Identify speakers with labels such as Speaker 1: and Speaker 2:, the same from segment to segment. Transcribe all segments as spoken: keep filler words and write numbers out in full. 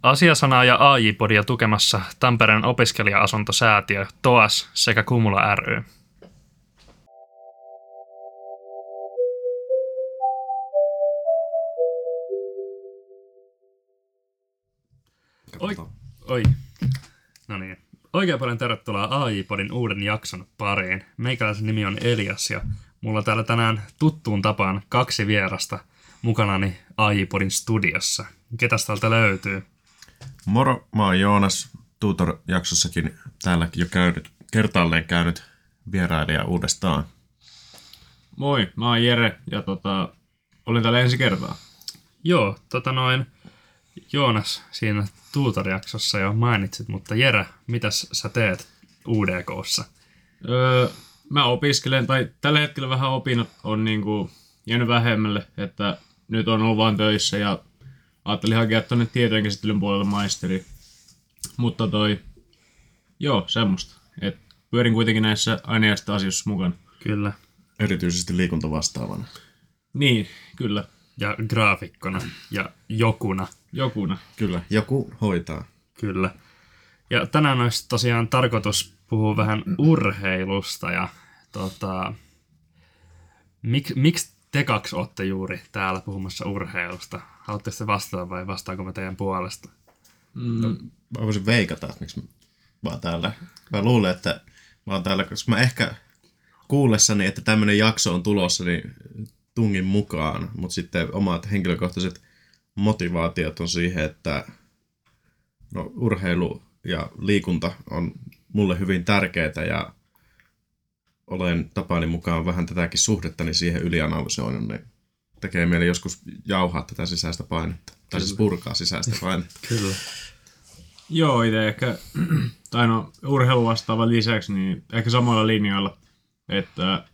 Speaker 1: Asiasanaa ja A J-podia tukemassa Tampereen opiskelija-asuntosäätiö, T O A S sekä Kumula ry. Oi, oi. No niin. Oikein paljon tervetuloa A J-podin uuden jakson pariin. Meikäläisen nimi on Elias ja mulla on täällä tänään tuttuun tapaan kaksi vierasta mukanani A J-podin studiossa. Ketäs täältä löytyy?
Speaker 2: Moro, mä oon Joonas. Tutor-jaksossakin täälläkin jo käynyt, kertaalleen käynyt vierailija uudestaan.
Speaker 3: Moi, mä oon Jere ja tota, olin täällä ensi kertaa.
Speaker 1: Joo, tota noin, Joonas siinä Tutor-jaksossa jo mainitsit, mutta Jere, mitäs sä teet U D K:ssa?
Speaker 3: Öö, mä opiskelen, tai tällä hetkellä vähän opinnot on niinku jäänyt vähemmälle, että nyt on ollut vaan töissä ja ajattelin hakea tuonne tietojenkäsittelyn puolelle maisteri. Mutta toi, joo, semmoista. Et pyörin kuitenkin näissä aineista asioissa mukana.
Speaker 1: Kyllä.
Speaker 2: Erityisesti liikuntavastaavana.
Speaker 3: Niin, kyllä.
Speaker 1: Ja graafikkona ja jokuna.
Speaker 3: Jokuna.
Speaker 2: Kyllä, joku hoitaa.
Speaker 1: Kyllä. Ja tänään olisi tosiaan tarkoitus puhua vähän urheilusta ja tota, mik, miksi te kaksi olette juuri täällä puhumassa urheilusta? Haluatteko te vastata vai vastaanko mä teidän puolesta?
Speaker 3: Mm.
Speaker 2: No, mä voisin veikata, että miksi mä oon täällä. Mä luulen, että mä oon täällä, koska mä ehkä kuullessani, että tämmönen jakso on tulossa, niin tungin mukaan. Mutta sitten omat henkilökohtaiset motivaatiot on siihen, että no, urheilu ja liikunta on mulle hyvin tärkeää ja olen tapani mukaan vähän tätäkin suhdettani siihen ylianalysoinut, niin tekee mieli joskus jauhaa tätä sisäistä painetta. Tai siis purkaa sisäistä painetta.
Speaker 1: Kyllä.
Speaker 3: Joo, itse ehkä, tai no urheilu vastaavan lisäksi, niin ehkä samalla linjoilla, että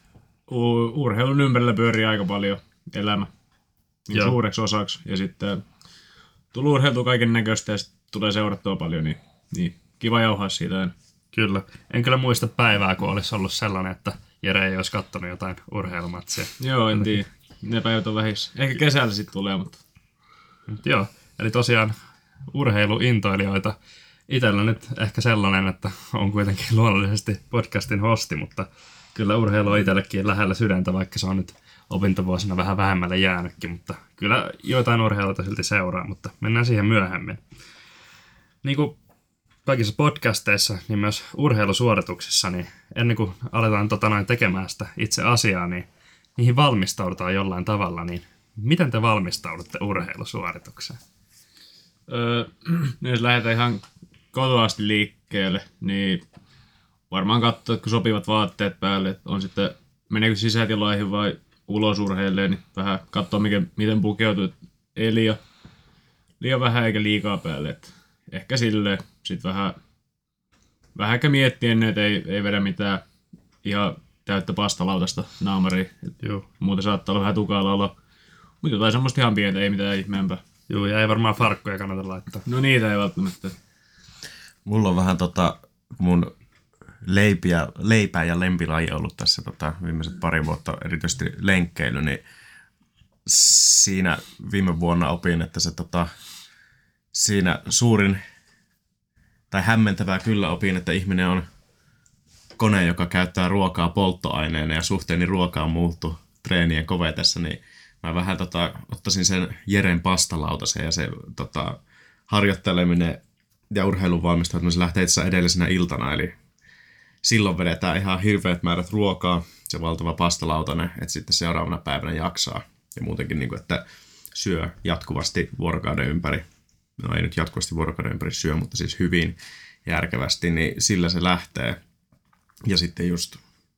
Speaker 3: u- urheilun ympärillä pyörii aika paljon elämä niin suureksi osaksi. Ja sitten tulee urheiltua kaiken näköistä ja sitten tulee seurattua paljon, niin, niin kiva jauhaa siitä.
Speaker 1: Kyllä. En kyllä muista päivää, kun olisi ollut sellainen, että Jere ei olisi katsonut jotain urheilumatsia.
Speaker 3: Joo, en tiedä. Ne päivät on vähissä. Ehkä kesällä sitten tulee, mutta...
Speaker 1: Mut joo, eli tosiaan urheiluintoilijoita. Itsellä nyt ehkä sellainen, että on kuitenkin luonnollisesti podcastin hosti, mutta kyllä urheilu on itsellekin lähellä sydäntä, vaikka se on nyt opintovuosina vähän vähemmälle jäänytkin, mutta kyllä joitain urheiluita silti seuraa, mutta mennään siihen myöhemmin. Niin kuin kaikissa podcasteissa, niin myös urheilusuorituksissa, niin ennen kuin aletaan tota noin tekemään sitä itse asiaa, niin niihin valmistaudutaan jollain tavalla, niin miten te valmistaudutte urheilusuoritukseen?
Speaker 3: Öö, jos lähdetään ihan kotoa asti liikkeelle, niin varmaan katsoa, että kun sopivat vaatteet päälle, että on sitten, meneekö sisätiloihin vai ulos urheilleen, niin vähän katsoa, miten, miten pukeutuu. Ei liian, liian vähän eikä liikaa päälle. Että ehkä silleen, sitten vähän, vähän ehkä miettiä ennen, että ei, ei vedä mitään ihan täyttä pastalautasta naamariin. Muuten saattaa olla vähän tukalla olla. Mutta jotain semmoista ihan pientä, ei mitään ihmeempää.
Speaker 1: Joo, ja ei varmaan farkkuja kannata laittaa.
Speaker 3: No niitä ei välttämättä.
Speaker 2: Mulla on vähän tota, mun leipiä, leipää ja lempilaji ollut tässä tota, viimeiset pari vuotta, erityisesti lenkkeily, niin siinä viime vuonna opin, että se tota, siinä suurin, tai hämmentävää kyllä opin, että ihminen on kone, joka käyttää ruokaa polttoaineena ja suhteeni ruokaan muuttu treenien kovetessa, niin mä vähän tota, ottaisin sen Jeren pastalautasen ja se tota, harjoitteleminen ja urheilun valmistautuminen, se lähtee itse edellisenä iltana, eli silloin vedetään ihan hirveät määrät ruokaa, se valtava pastalautanen, että sitten seuraavana päivänä jaksaa. Ja muutenkin, niin kuin, että syö jatkuvasti vuorokauden ympäri, no ei nyt jatkuvasti vuorokauden ympäri syö, mutta siis hyvin järkevästi, niin sillä se lähtee. Ja sitten just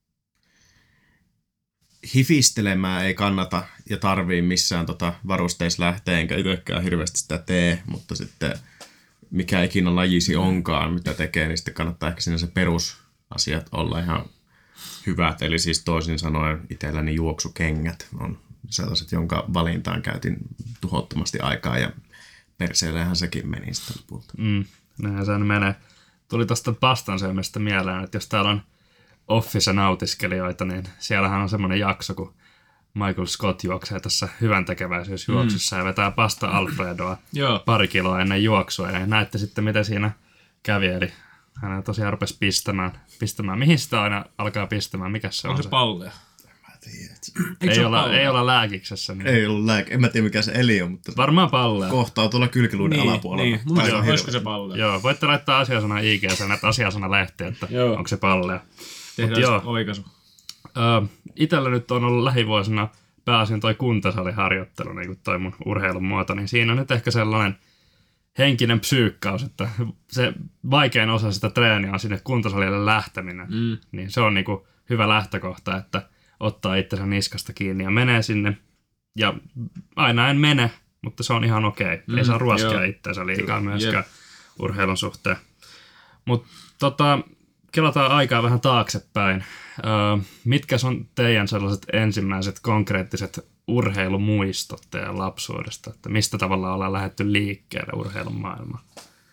Speaker 2: hifistelemään ei kannata ja tarvii missään tota varusteissa lähteä, enkä itsekään hirveästi sitä tee, mutta sitten mikä ikinä lajisi onkaan, mitä tekee, niin sitten kannattaa ehkä siinä se perusasiat olla ihan hyvät. Eli siis toisin sanoen itselläni juoksukengät on sellaiset, jonka valintaan käytin tuhottomasti aikaa ja perseellähän sekin meni sitten lopulta.
Speaker 1: Mm, näinhän se menee. Tuli tuosta pastan syömistä mieleen, että jos täällä on Office-nautiskelijoita, niin siellähän on semmoinen jakso, kun Michael Scott juoksee tässä hyvän tekeväisyysjuoksussa mm. ja vetää pasta Alfredoa
Speaker 3: Joo.
Speaker 1: pari kiloa ennen juoksua. Ja näette sitten, mitä siinä kävi. Eli hän tosiaan rupesi pistämään. pistämään. Mihin sitä aina alkaa pistämään? Mikä se on?
Speaker 3: Onko se pallea?
Speaker 1: Ei olla, ei olla lääkiksessä. Niin.
Speaker 2: Ei ollut lääke. En mä tiedä mikä se eli on, mutta
Speaker 1: varmaan pallea.
Speaker 2: kohtaa tuolla kylkiluiden
Speaker 3: Niin,
Speaker 2: alapuolella.
Speaker 3: niin. Mun
Speaker 2: Tai
Speaker 3: mielestä
Speaker 2: se on
Speaker 3: olisiko se
Speaker 2: hirveä.
Speaker 3: pallea?
Speaker 1: Joo, voitte laittaa asiasana I G:ssä näitä asiasana-lehtiä, että
Speaker 3: Joo.
Speaker 1: onko se pallea.
Speaker 3: Tehdään
Speaker 1: joo.
Speaker 3: se oikaisu.
Speaker 1: Öö, itellä nyt on ollut lähivuosina pääasiin toi kuntosaliharjoittelu, niin kuin toi mun urheilun muoto, niin siinä on nyt ehkä sellainen henkinen psyykkaus, että se vaikein osa sitä treeniä on sinne kuntosalille lähteminen.
Speaker 3: Mm.
Speaker 1: Niin se on niinku hyvä lähtökohta, että ottaa itsensä niskasta kiinni ja menee sinne. Ja aina en mene, mutta se on ihan okei. Mm, Ei saa ruoskia
Speaker 3: joo.
Speaker 1: itsensä liikaa myöskään
Speaker 3: Jep.
Speaker 1: urheilun suhteen. Mutta tota, kelataan aikaa vähän taaksepäin. Öö, mitkä on teidän sellaiset ensimmäiset konkreettiset urheilumuistot teidän lapsuudesta? Että mistä tavalla ollaan lähdetty liikkeelle urheilun maailmaan?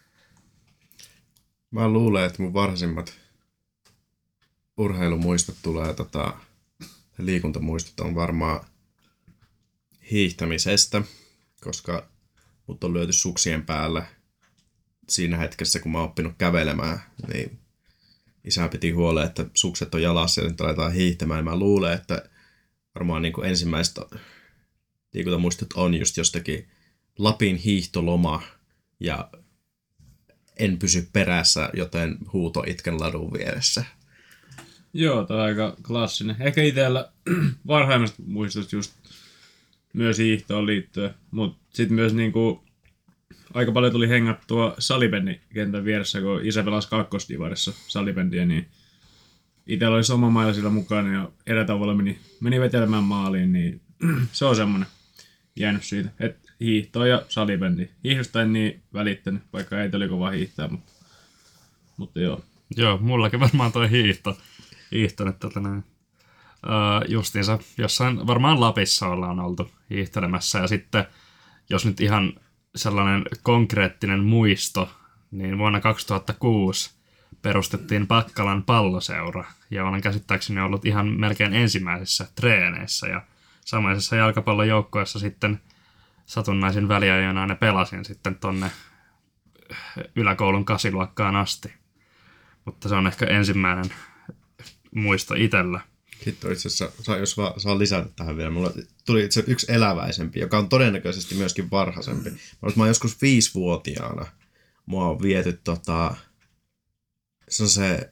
Speaker 2: Mä luulen, että mun varhaisimmat urheilumuistot tulee, tota, liikuntamuistot on varmaan hiihtämisestä, koska mut on lyöty suksien päälle siinä hetkessä, kun mä oon oppinut kävelemään, niin isä piti huoleen, että sukset on jalassa ja nyt aletaan hiihtämään. Mä luulen, että varmaan niin kuin ensimmäistä liikuntamuistot on just jostakin Lapin hiihtoloma ja en pysy perässä, joten huuto itken ladun vieressä.
Speaker 3: Joo, tämä on aika klassinen. Ehkä itsellä varhaimmat muistot just myös hiihtoon liittyen, mutta sitten myös niinku aika paljon tuli hengattua salibändikentän vieressä, kun isä pelasi kakkosdivarissa salibändiä, niin itsellä oli oma mailla sillä mukana ja erätauolla meni, meni vetelemään maaliin, niin se on semmoinen jäänyt siitä, että hiihtoa ja salibändi. Hiihdosta en niin välittänyt, vaikka ei oli kova hiihtää, mutta, mutta joo.
Speaker 1: Joo, mullakin varmaan toi hiihto. Hiihto nyt tätä näin. Öö, justiinsa jossain, varmaan Lapissa ollaan oltu hiihtelemässä ja sitten, jos nyt ihan sellainen konkreettinen muisto, niin vuonna kaksituhattakuusi perustettiin Pakkalan palloseura ja olen käsittääkseni ollut ihan melkein ensimmäisissä treeneissä ja samaisessa jalkapallojoukkoessa sitten satunnaisin väliajona ne pelasin sitten tonne yläkoulun kasiluokkaan asti. Mutta se on ehkä ensimmäinen muisto itsellä.
Speaker 2: Hitto itse asiassa, jos vaan saa lisätä tähän vielä, mulla tuli itse yksi eläväisempi, joka on todennäköisesti myöskin varhaisempi. Mä oon joskus viisivuotiaana, mua on viety tota, se on se,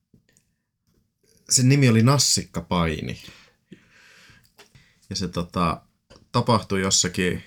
Speaker 2: sen nimi oli Nassikkapaini. Ja se tota, tapahtui jossakin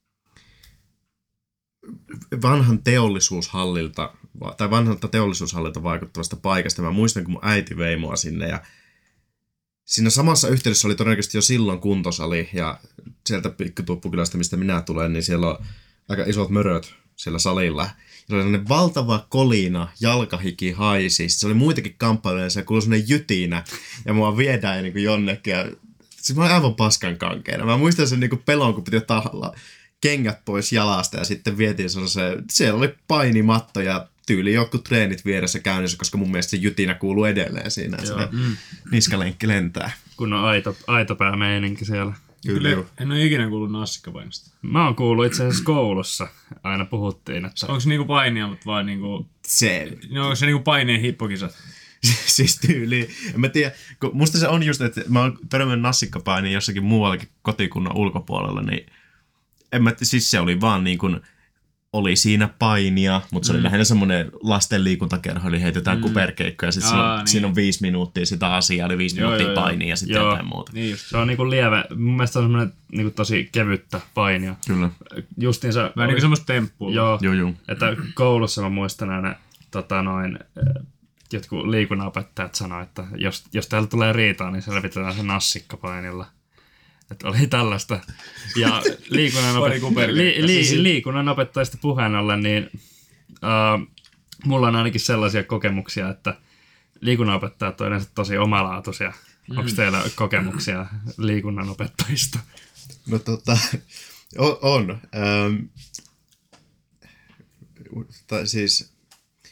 Speaker 2: vanhan teollisuushallilta, tai vanhalta teollisuushallilta vaikuttavasta paikasta. Mä muistan, kun mun äiti vei mua sinne ja siinä samassa yhteydessä oli todennäköisesti jo silloin kuntosali ja sieltä Pikkutuoppukylästä, mistä minä tulen, niin siellä on aika isot möröt siellä salilla. Ja se oli sellainen valtava kolina, jalkahiki haisi. Se oli muitakin kamppailuja ja se kuului sellainen jytinä ja mua viedään niin kuin jonnekin. Ja siis mä olin aivan paskan kankeena. Mä muistan sen niin kuin pelon, kun piti ottaa kengät pois jalasta ja sitten vietiin sellaisen, siellä oli painimatto ja tyyli jotkut treenit vieressä käynnissä, koska mun mielestä se jytinä kuuluu edelleen siinä, että se mm. niskalenkki lentää.
Speaker 1: Kun on aito, aitopäämeininki siellä.
Speaker 3: Kyllä. Kyllä. En ole ikinä kuullut nassikkapainista.
Speaker 1: Mä oon kuullut itse asiassa koulussa. Aina puhuttiin, että
Speaker 3: onko se niinku painia, mutta vaan niinku
Speaker 2: se,
Speaker 3: no, onko se niinku paineen hippokisat?
Speaker 2: Siis tyyli. En mä tiedä, kun musta se on just, että mä oon törmännyt nassikkapainiin jossakin muuallakin kotikunnan ulkopuolella, niin en mä, siis se oli vaan niin kuin, oli siinä painia, mutta se mm. oli lähinnä semmoinen lasten liikuntakerho, eli heitetään mm. kuperkeikkoja, ja sitten siinä, niin. siinä on viisi minuuttia sitä asiaa, eli viisi joo, minuuttia joo, painia, ja sitten jotain muuta.
Speaker 1: Niin just. Se on niinku lieve, mun mielestä se on semmoinen niinku tosi kevyttä painia.
Speaker 2: Kyllä.
Speaker 1: Justiinsa...
Speaker 3: Vähän niin kuin semmoista temppua.
Speaker 1: Joo,
Speaker 2: joo, joo.
Speaker 1: Että koulussa mä muistan aina tota noin, jotkut liikunnanopettajat sanoi, että jos, jos täällä tulee riitaa, niin selvitään se nassikkapainilla. Että oli tällaista. Ja liikunnanopet- li- li- liikunnanopettajista puheen ollen, niin uh, mulla on ainakin sellaisia kokemuksia, että liikunnanopettajat on yleensä tosi omalaatuisia. Mm. Onko teillä kokemuksia liikunnanopettajista?
Speaker 2: No tota, on. on. Ähm, tai siis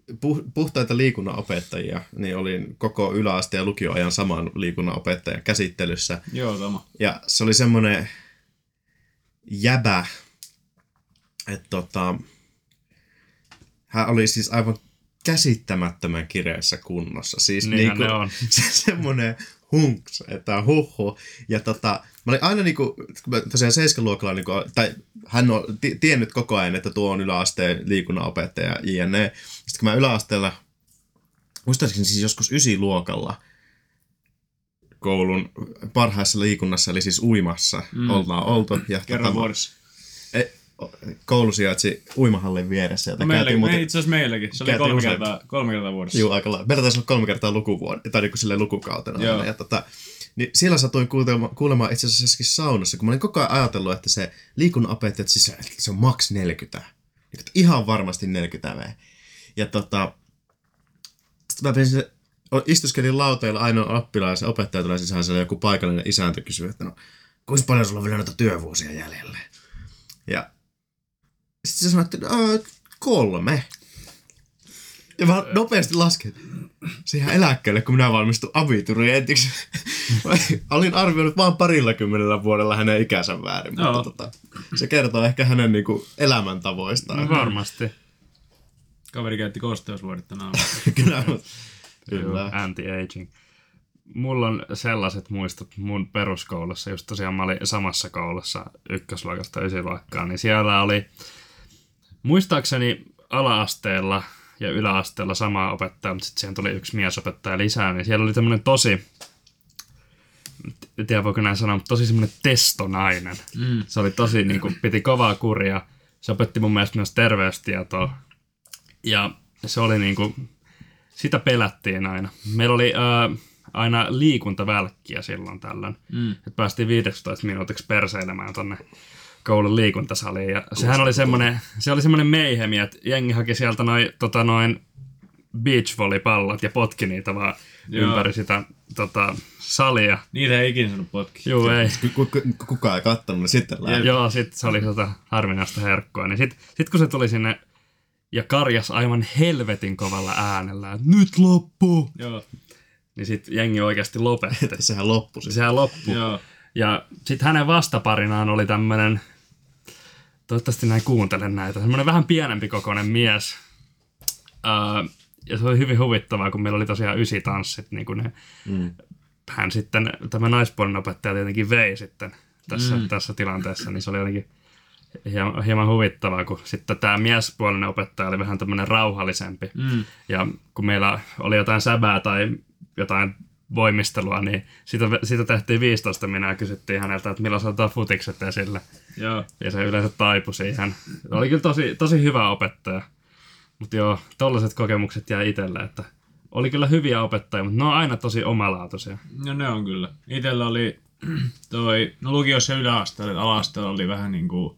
Speaker 2: puh- puhtaita liikunnanopettajia, niin olin koko yläaste- ja lukioajan saman liikunnanopettajan käsittelyssä.
Speaker 3: Joo, sama.
Speaker 2: Ja se oli semmoinen jäbä, että tota, hän oli siis aivan käsittämättömän kireessä kunnossa. Siis
Speaker 1: Niinhän
Speaker 2: niinku,
Speaker 1: ne on.
Speaker 2: se semmoinen hunks, että huhu. Ja tota, mä olin aina niinku, kun mä tosiaan seiskaluokalla, niinku, tai hän on t- tiennyt koko ajan, että tuo on yläasteen liikunnanopettaja jne. Sitten kun mä yläasteella, muistaisin siis joskus ysiluokalla, koulun parhaassa liikunnassa, eli siis uimassa, mm. ollaan oltu. Ja
Speaker 3: Kerran
Speaker 2: tota,
Speaker 3: vuodessa.
Speaker 2: koulu sijaitsi uimahallin vieressä.
Speaker 3: No meillä, me itse asiassa meilläkin. Se oli kolme kertaa, kolme kertaa vuodessa.
Speaker 2: Joo, aika lailla. Meillä taisi olla kolme kertaa lukuvuonna, tai niin kuin silleen lukukautena.
Speaker 3: Joo.
Speaker 2: Ja tota, niin siellä satuin kuulemaan, kuulemaan itse asiassa jossakin saunassa, kun mä olin koko ajan ajatellut, että se liikunnanopettaja, että siis se on maks neljäkymmentä. Ihan varmasti neljäkymmentä V. Ja tota, sitten mä pensin, istuskelin lauteilla ainoa oppilaan, ja se opettaja tulee sisään, siellä joku paikallinen isäntä kysyy, että no, kuinka paljon sulla on vielä noita työvuosia jäljellä? Ja sitten se sanoi, että kolme. Ja mä nopeasti lasken siihen eläkkeelle, kun minä valmistuin abiturientiksi. Olin arvioinut vaan parilla kymmenellä vuodella hänen ikänsä väärin, mutta
Speaker 3: no.
Speaker 2: tota, se kertoo ehkä hänen niinku elämäntavoistaan.
Speaker 1: No varmasti.
Speaker 3: Kaveri käytti kosteusvuodetta naamalla.
Speaker 2: Kyllä. Kyllä.
Speaker 1: Anti-aging. Mulla on sellaiset muistot mun peruskoulussa, just tosiaan mä olin samassa koulussa ykkösluokasta ysiluokkaan, niin siellä oli muistaakseni ala-asteella ja yläasteella sama opettaja, mutta sitten siihen tuli yksi miesopettaja lisää, niin siellä oli tämmöinen tosi, en tiedä voiko näin sanoa, mutta tosi semmoinen testonainen. Mm. Se oli tosi, niin kuin, piti kovaa kuria. Se opetti mun mielestä myös terveystietoa. Ja se oli niin kuin, sitä pelättiin aina. Meillä oli äh, aina liikuntavälkkiä silloin tällöin. Mm. Että päästiin viisitoista minuutiksi perseilemään tonne koulun liikuntasaliin. Ja sehän oli semmoinen, se oli semmoinen meihemi, että jengi haki sieltä noin, tota, noin beachvolleypallot ja potki niitä vaan Joo. ympäri sitä tota, salia.
Speaker 3: Niitä ei ikinä saanut potkia.
Speaker 1: Joo, ei.
Speaker 2: Kukaan ei kattonut, niin sitten lähti.
Speaker 1: Joo, sit se oli tota harvinaista herkkua. Niin sit, sit kun se tuli sinne ja karjas aivan helvetin kovalla äänellä, että nyt loppuu!
Speaker 3: Joo.
Speaker 1: Niin sit jengi oikeasti lopetti.
Speaker 2: Sehän loppui.
Speaker 1: Sehän loppui.
Speaker 3: Joo.
Speaker 1: Ja sit hänen vastaparinaan oli tämmönen, toivottavasti näin kuuntelen näitä, semmoinen vähän pienempi kokoinen mies. Uh, ja se oli hyvin huvittavaa, kun meillä oli tosiaan ysitanssit, niin kuin ne, mm. hän sitten, tämä naispuolinen opettaja tietenkin vei sitten tässä, mm. tässä tilanteessa, niin se oli jotenkin hieman, hieman huvittavaa, kun sitten tämä miespuolinen opettaja oli vähän tämmöinen rauhallisempi. Mm. Ja kun meillä oli jotain säbää tai jotain voimistelua, niin siitä, siitä tehtiin viisitoista minä ja kysyttiin häneltä, että milloin saadaan futikset esille.
Speaker 3: Joo.
Speaker 1: Ja se yleensä taipui siihen. Oli kyllä tosi, tosi hyvä opettaja. Mutta joo, tollaiset kokemukset jäi itselle, että oli kyllä hyviä opettajia, mutta ne on aina tosi omalaatuisia.
Speaker 3: No ne on kyllä. Itellä oli toi, no lukiossa yläasteella, ala-asteella oli vähän niinku,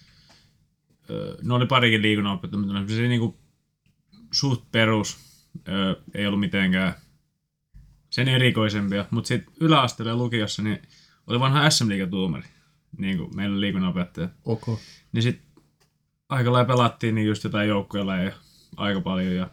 Speaker 3: no oli parikin liikunnanopettajia, mutta se niinku suht perus, ei ollut mitenkään sen erikoisempia, mutta sitten yläasteella ja lukiossa niin oli vanha S M-liigan tuomari, niin kuin meillä liikunnanopettaja.
Speaker 2: Okay.
Speaker 3: Niin sitten aika lailla pelattiin niin just jotain joukkoja ja aika paljon ja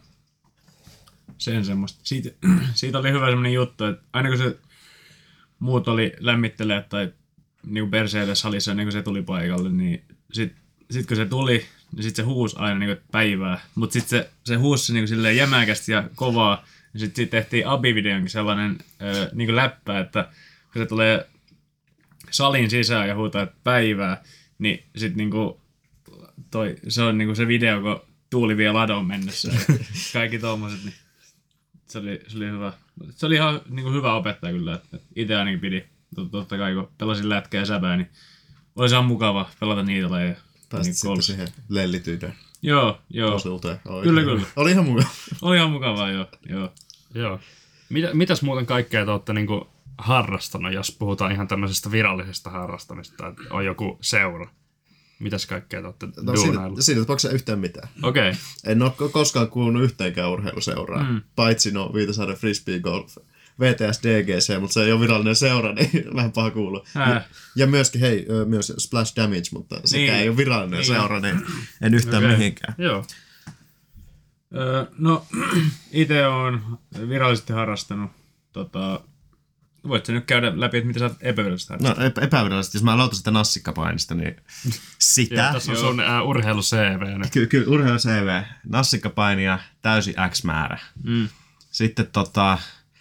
Speaker 3: sen semmoista. Siitä, siitä oli hyvä semmoinen juttu, että aina kun se muut oli lämmittelee tai niin perseille salissa niin kun se tuli paikalle, niin sitten sit kun se tuli, niin sitten se huusi aina niin kuin päivää, mutta sitten se, se huusi niin kuin silleen jämäkästi ja kovaa. Ja sitten sit tehtiin Abi-videonkin sellainen ö, niin kuin läppä, että kun se tulee salin sisään ja huutaa, että päivää, niin sitten niin kuin toi, se on niin kuin se video, kun tuuli vie ladon mennessä ja kaikki tommoset, niin se oli, se oli hyvä. Se oli ihan niin kuin hyvä opettaja kyllä, että itse ainakin pidi. Totta kai kun pelasin lätkää ja säbää, niin olisi ihan mukava pelata niitä lajeja.
Speaker 2: Pääsit niin sitten siihen lellityyteen.
Speaker 3: Joo, joo.
Speaker 2: Osuuteen.
Speaker 3: Kyllä, kyllä.
Speaker 2: Oli ihan mukavaa.
Speaker 3: Oli ihan mukavaa, joo. joo.
Speaker 1: Joo. Mitä, mitäs muuten kaikkea te olette niinku harrastanut, jos puhutaan ihan tämmöisestä virallisesta harrastamista, että on joku seura? Mitäs kaikkea te olette
Speaker 2: no,
Speaker 1: duunaillut?
Speaker 2: Siitä, siitä tapauksessa yhtään mitään.
Speaker 1: Okei. Okay.
Speaker 2: En ole koskaan kuulunut yhteenkään urheiluseuraa, mm. paitsi no Viitasaaren Frisbee Golf. V T S D G C, mutta se ei ole virallinen seura, niin vähän paha kuulla. Ja, ja myöskin, hei, myös Splash Damage, mutta sekään niin. ei ole virallinen niin. seura, niin en yhtään okay. mihinkään.
Speaker 1: Joo.
Speaker 3: Öö, no, itse on virallisesti harrastanut. Tota, voit sä nyt käydä läpi, että mitä sä oot epävirallisesti harrastanut?
Speaker 2: No epä- epävirallisesti, jos mä aloitan sitä nassikkapainista, niin sitä.
Speaker 1: Joo, tässä on sun uh, urheilu-C V nyt.
Speaker 2: Kyllä, kyllä urheilu C V. Nassikkapainia täysi X määrä.
Speaker 3: Mm.
Speaker 2: Sitten tota,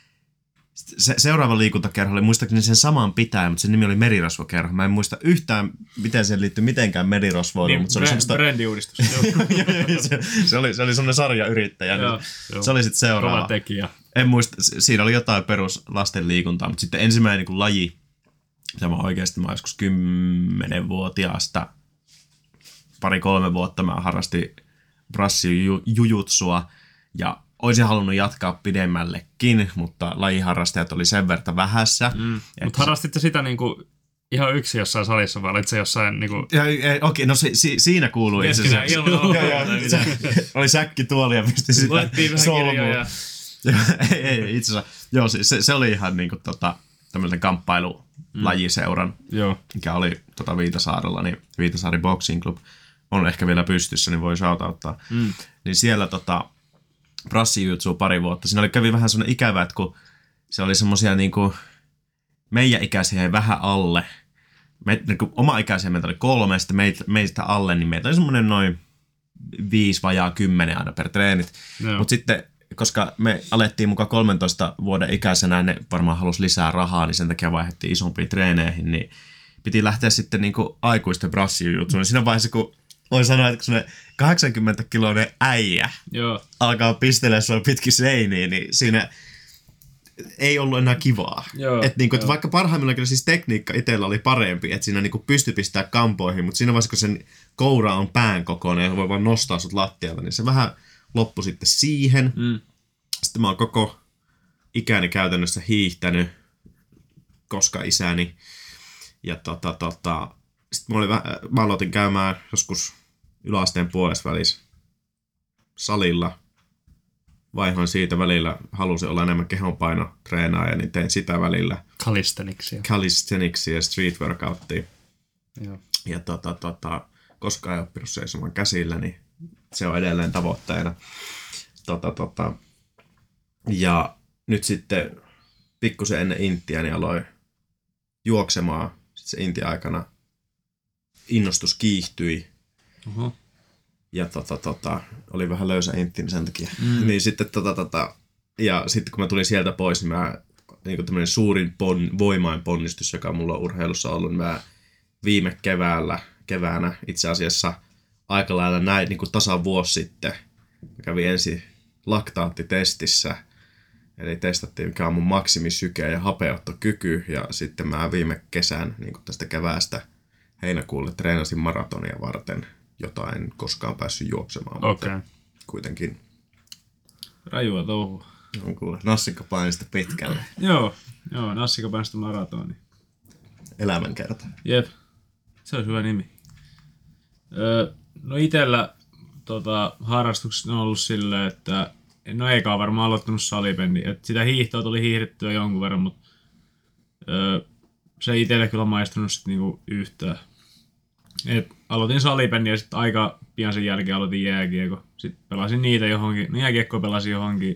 Speaker 2: se, seuraava liikuntakerho oli muistaakseni sen saman pitäjä, mutta sen nimi oli merirosvokerho. Mä en muista yhtään, miten se liittyy mitenkään merirosvoiluun,
Speaker 3: Niin,
Speaker 2: mutta se oli
Speaker 3: bre-
Speaker 2: semmoista...
Speaker 3: brändiuudistus.
Speaker 2: se, se, oli, se oli semmoinen sarjayrittäjä.
Speaker 3: Joo,
Speaker 2: niin se oli sitten seuraava.
Speaker 1: Kova tekijä.
Speaker 2: En muista, siinä oli jotain perus lasten liikuntaa, mutta sitten ensimmäinen niin kuin laji, mitä mä oikeasti mä joskus kymmenvuotiaasta, pari-kolme vuotta mä harrastin brassijujutsua ja olisin halunnut jatkaa pidemmällekin, mutta lajiharrastajat oli sen verran vähässä. Mm.
Speaker 1: Mutta harrastitte sitä niinku ihan yksi jossain salissa, vai olit se jossain niinku...
Speaker 2: Ja, ja, okei, no si, si, siinä kuuluu itse asiassa.
Speaker 3: Ilman
Speaker 2: Oli säkki tuoli ja pisti sitä
Speaker 3: luettiin vähän kirjoja.
Speaker 2: ei, ei, itse asiassa. Joo, se, se oli ihan niinku tota, tämmöisen kamppailulajiseuran, mm.
Speaker 1: Joo.
Speaker 2: mikä oli tota Viitasaarella, niin Viitasaari Boxing Club on ehkä vielä pystyssä, niin voi shoutouttaa. Mm. Niin siellä tota, brassijutsu pari vuotta. Siinä oli, kävi vähän semmoinen ikävä, että kun se oli semmoisia niinku meidän ikäisiä vähän alle. Me, niin oma ikäisiä meitä oli kolme, sitten meitä, meistä alle, niin meitä oli semmoinen noin viisi vajaa kymmenen aina per treenit. Mutta sitten, koska me alettiin mukaan kolmentoista vuoden ikäisenä, ne varmaan halusi lisää rahaa, niin sen takia vaihdettiin isompiin treeneihin, niin piti lähteä sitten niinku aikuisten brassijutsuun. Siinä vaiheessa, kun voi sanoa, että kun semmoinen kahdeksankymmentä-kiloinen äijä
Speaker 3: Joo.
Speaker 2: alkaa pistellä sua pitkin seiniä, niin siinä ei ollut enää kivaa. Et niinku, et vaikka parhaimmillaan kyllä siis tekniikka itsellä oli parempi, että siinä niinku pystyi pistää kampoihin, mutta siinä vaiheessa, kun sen koura on pään kokoinen ja voi vaan nostaa sut lattialta, niin se vähän loppui sitten siihen. Mm. Sitten mä oon koko ikäni käytännössä hiihtänyt, koska isäni. Ja tota, tota, sitten mä, olin, mä aloitin käymään joskus yläasteen puolessa välissä salilla. Vaihoin siitä välillä, halusin olla enemmän kehonpainotreenaaja, niin tein sitä välillä.
Speaker 1: Calisthenicsia.
Speaker 2: Calisthenicsia ja street workouttia.
Speaker 1: Joo.
Speaker 2: Ja tota, tota, koska ei oppinut seisomaan käsillä, niin se on edelleen tavoitteena. Tota, tota. Ja nyt sitten pikkusen ennen intiä niin aloin juoksemaan. Sitten se intia aikana innostus kiihtyi.
Speaker 3: Uh-huh.
Speaker 2: Ja tota, tota, oli vähän löysä intti, niin sen takia. Mm. Niin sitten tota, tota, ja sitten kun mä tulin sieltä pois, niin mä, niin tämmöinen suurin pon, voimain ponnistus, joka mulla on urheilussa ollut, niin mä viime keväällä, keväänä itse asiassa aika lailla näin, niin kuin tasan vuosi sitten, mä kävin ensin laktaattitestissä, eli testattiin mikä on mun maksimisyke ja hapeuttokyky, ja sitten mä viime kesän, niin kuin tästä keväästä heinäkuulle treenasin maratonia varten, jota en koskaan päässyt juoksemaan,
Speaker 1: okay.
Speaker 2: mutta kuitenkin
Speaker 3: rajua touhua.
Speaker 2: on kuule nassikkapainista pitkälle.
Speaker 3: Joo, joo, nassikkapainista maratoni.
Speaker 2: Elämänkerta.
Speaker 3: Jep, se on hyvä nimi. Öö, no itellä tota, harrastukset on ollut silleen, että no eikä varmaan aloittanut salibändi. Et sitä hiihtoa tuli hiihdettyä jonkun verran, mutta öö, se ei itselle kyllä maistunut sit niinku yhtään. Et aloitin salibändi ja sitten aika pian sen jälkeen aloitin jääkiekko. Sitten pelasin niitä johonkin, no jääkiekko pelasin johonkin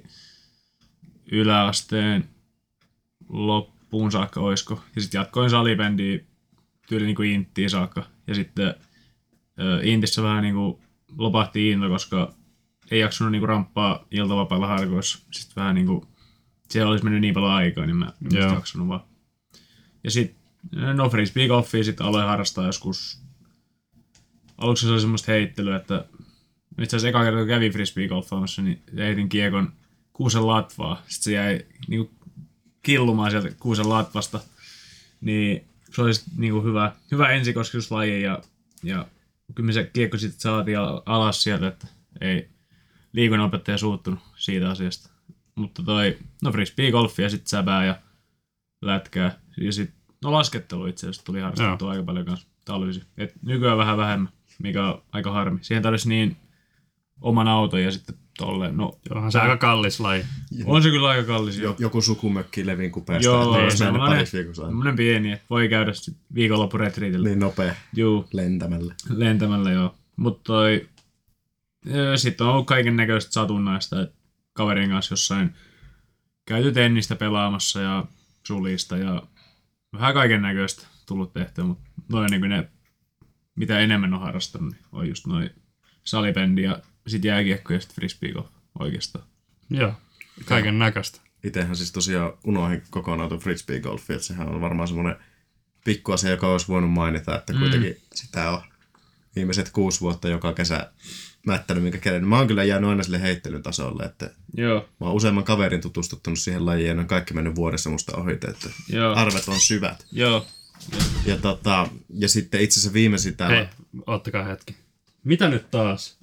Speaker 3: yläasteen loppuun saakka oisko. Ja sitten jatkoin salibändiä tyyli niinku inttiin saakka. Ja sitten ö, intissä vähän niinku lopahti into, koska ei jaksanut niinku ramppaa iltavapailla harkoissa. Sitten vähän niinku, siellä olisi mennyt niin paljon aikaa, niin mä en jaksanut vaan. Ja sitten no frisbee golfia sitten aloin harrastaa joskus. Aluksi se oli semmoista heittelyä, että itse asiassa eka kerta kun kävin frisbee-golfaamassa, niin heitin kiekon kuusen latvaa. Sitten se jäi niinku killumaan sieltä kuusen latvasta. Niin se oli niinku hyvä, hyvä ensikosketuslaji ja, ja kyllä me se kiekko sitten saatiin alas sieltä, että ei liikunnanopettaja suuttunut siitä asiasta. Mutta toi, no frisbee-golfi ja sitten säbää ja lätkää. Ja sitten, no laskettelu itse asiassa tuli harrastettua aika paljon kanssa talvisin. Et nykyään vähän vähemmän, mikä on aika harmi. Siihen tarvitsisi niin oman auton ja sitten tolleen. No,
Speaker 1: onhan se aika kallis laji.
Speaker 3: On se kyllä aika kallis.
Speaker 2: Jo, joku sukumökki Levin kupeesta.
Speaker 3: Joo,
Speaker 2: niin,
Speaker 3: semmoinen, semmoinen pieni, että voi käydä sitten viikonloppuretriitillä.
Speaker 2: Niin nopea.
Speaker 3: Juu.
Speaker 2: Lentämällä.
Speaker 3: Lentämällä, joo. Mutta toi, Sitten on ollut kaiken näköistä satunnaista, että kaverin kanssa jossain käyty tennistä pelaamassa ja sulista ja vähän kaiken näköistä tullut tehtyä, mutta noin niin kuin ne, mitä enemmän on harrastanut, niin on just noin salibändi ja sitten jääkiekko ja sitten frisbeegolf oikeastaan.
Speaker 1: Joo, kaiken näköistä.
Speaker 2: Itsehän siis tosiaan unohdin kokonaan tuon frisbeegolfin, että sehän on varmaan semmoinen pikkuasia, joka olisi voinut mainita, että
Speaker 3: Mm.
Speaker 2: kuitenkin sitä on viimeiset kuusi vuotta joka kesä mättänyt, minkä kerran. Mä oon kyllä jäänyt aina sille heittelyn tasolle, että
Speaker 3: Joo,
Speaker 2: mä oon useamman kaverin tutustuttanut siihen lajiin ja ne on kaikki mennyt vuodessa musta ohi, että
Speaker 3: joo,
Speaker 2: arvet on syvät.
Speaker 3: joo.
Speaker 2: Ja, tota, ja sitten itse asiassa viimeisin täällä...
Speaker 1: Hei, ottakaa hetki. Mitä nyt taas?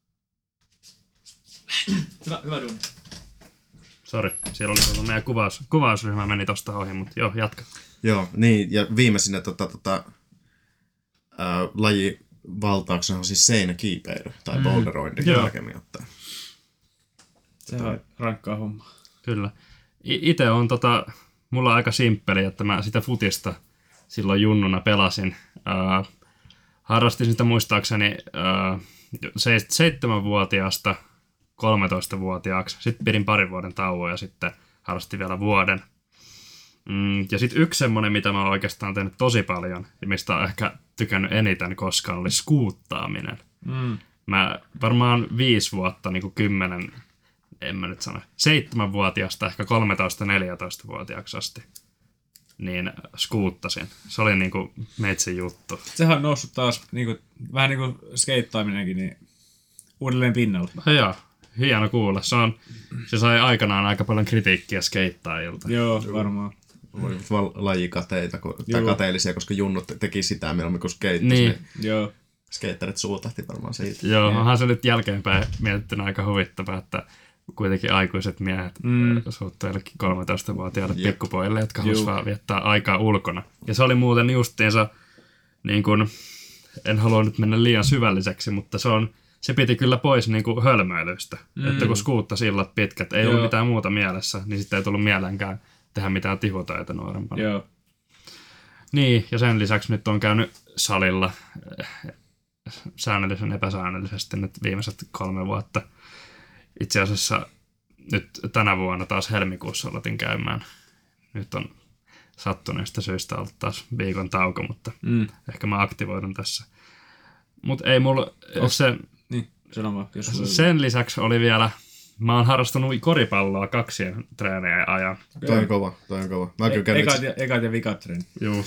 Speaker 3: Hyvä, hyvä duuni.
Speaker 1: Sori, siellä oli ollut meidän kuvaus, kuvausryhmä meni tosta ohi, mutta joo, jatka.
Speaker 2: Joo, niin, ja viimeisinä tota, tota, ää, lajivaltauksena on siis seinäkiipeily tai mm. boulderointi,
Speaker 1: Joo.
Speaker 2: tarkemmin ottaen.
Speaker 3: Se on rankkaa hommaa.
Speaker 1: Kyllä. I- ite on tota, mulla on aika simppeli, että mä sitä futista silloin junnuna pelasin. Ää, harrastin sitä muistaakseni ää, se- seitsemänvuotiaasta kolmetoistavuotiaaksi. Sitten pidin parin vuoden tauon ja sitten harrastin vielä vuoden. Mm, ja sitten yksi semmonen, mitä mä oon oikeastaan tehnyt tosi paljon, ja mistä oon ehkä tykännyt eniten koskaan, oli skuuttaaminen.
Speaker 3: Mm.
Speaker 1: Mä varmaan viisi vuotta, niin kuin kymmenen, en mä nyt sano, seitsemänvuotiaasta ehkä kolmetoista-neljätoistavuotiaaksi asti, niin skuuttasin. Se oli niin kuin meitsin juttu.
Speaker 3: Sehän on noussut taas niinku, vähän niin kuin skeittaaminenkin niin uudelleen pinnalle.
Speaker 1: Ja joo, hieno kuulla. Se, on, se sai aikanaan aika paljon kritiikkiä skeittaajilta.
Speaker 3: Joo, varmaan.
Speaker 2: Oli val- lajikateita, kun, tai
Speaker 3: Joo.
Speaker 2: kateellisia, koska junnut teki sitä mieluummin kuin skeittasi.
Speaker 1: Niin.
Speaker 2: Niin.
Speaker 3: Joo.
Speaker 2: Skeittarit suutahti varmaan siitä.
Speaker 1: Joo,
Speaker 3: Niin.
Speaker 1: onhan se nyt jälkeenpäin mietittynä aika huvittavaa, että kuitenkin aikuiset miehet
Speaker 3: Mm.
Speaker 1: suuttuu jollekin kolmetoistavuotiaille
Speaker 2: Jep.
Speaker 1: pikkupojille, jotka
Speaker 3: Juu.
Speaker 1: haluaisivat vaan viettää aikaa ulkona. Ja se oli muuten justiinsa, niin kuin, en halua nyt mennä liian syvälliseksi, mutta se, on, se piti kyllä pois niin kuin hölmöilystä.
Speaker 3: Mm.
Speaker 1: Että kun skuuttasi illat pitkät, ei
Speaker 3: Joo.
Speaker 1: ollut mitään muuta mielessä, niin sitten ei tullut mieleenkään tehdä mitään tihutöitä nuorempana.
Speaker 3: Joo.
Speaker 1: Niin, ja sen lisäksi nyt on käynyt salilla eh, säännöllisen epäsäännöllisesti nyt viimeiset kolme vuotta. Itse asiassa nyt tänä vuonna taas helmikuussa aloitin käymään. Nyt on sattuneesta syystä ollut taas viikon tauko, mutta
Speaker 3: Mm.
Speaker 1: ehkä mä aktivoidun tässä. Mutta ei mulla se,
Speaker 3: Niin, sano vaan, jos sulla-
Speaker 1: sen lisäksi oli vielä, mä oon harrastanut koripalloa kaksien treenejä ajan.
Speaker 2: Toi on kova, toi on kova. Mä kyllä käyn
Speaker 3: Ekat
Speaker 2: itse-
Speaker 3: ja, ekat ja vikat treenit.
Speaker 1: Juu.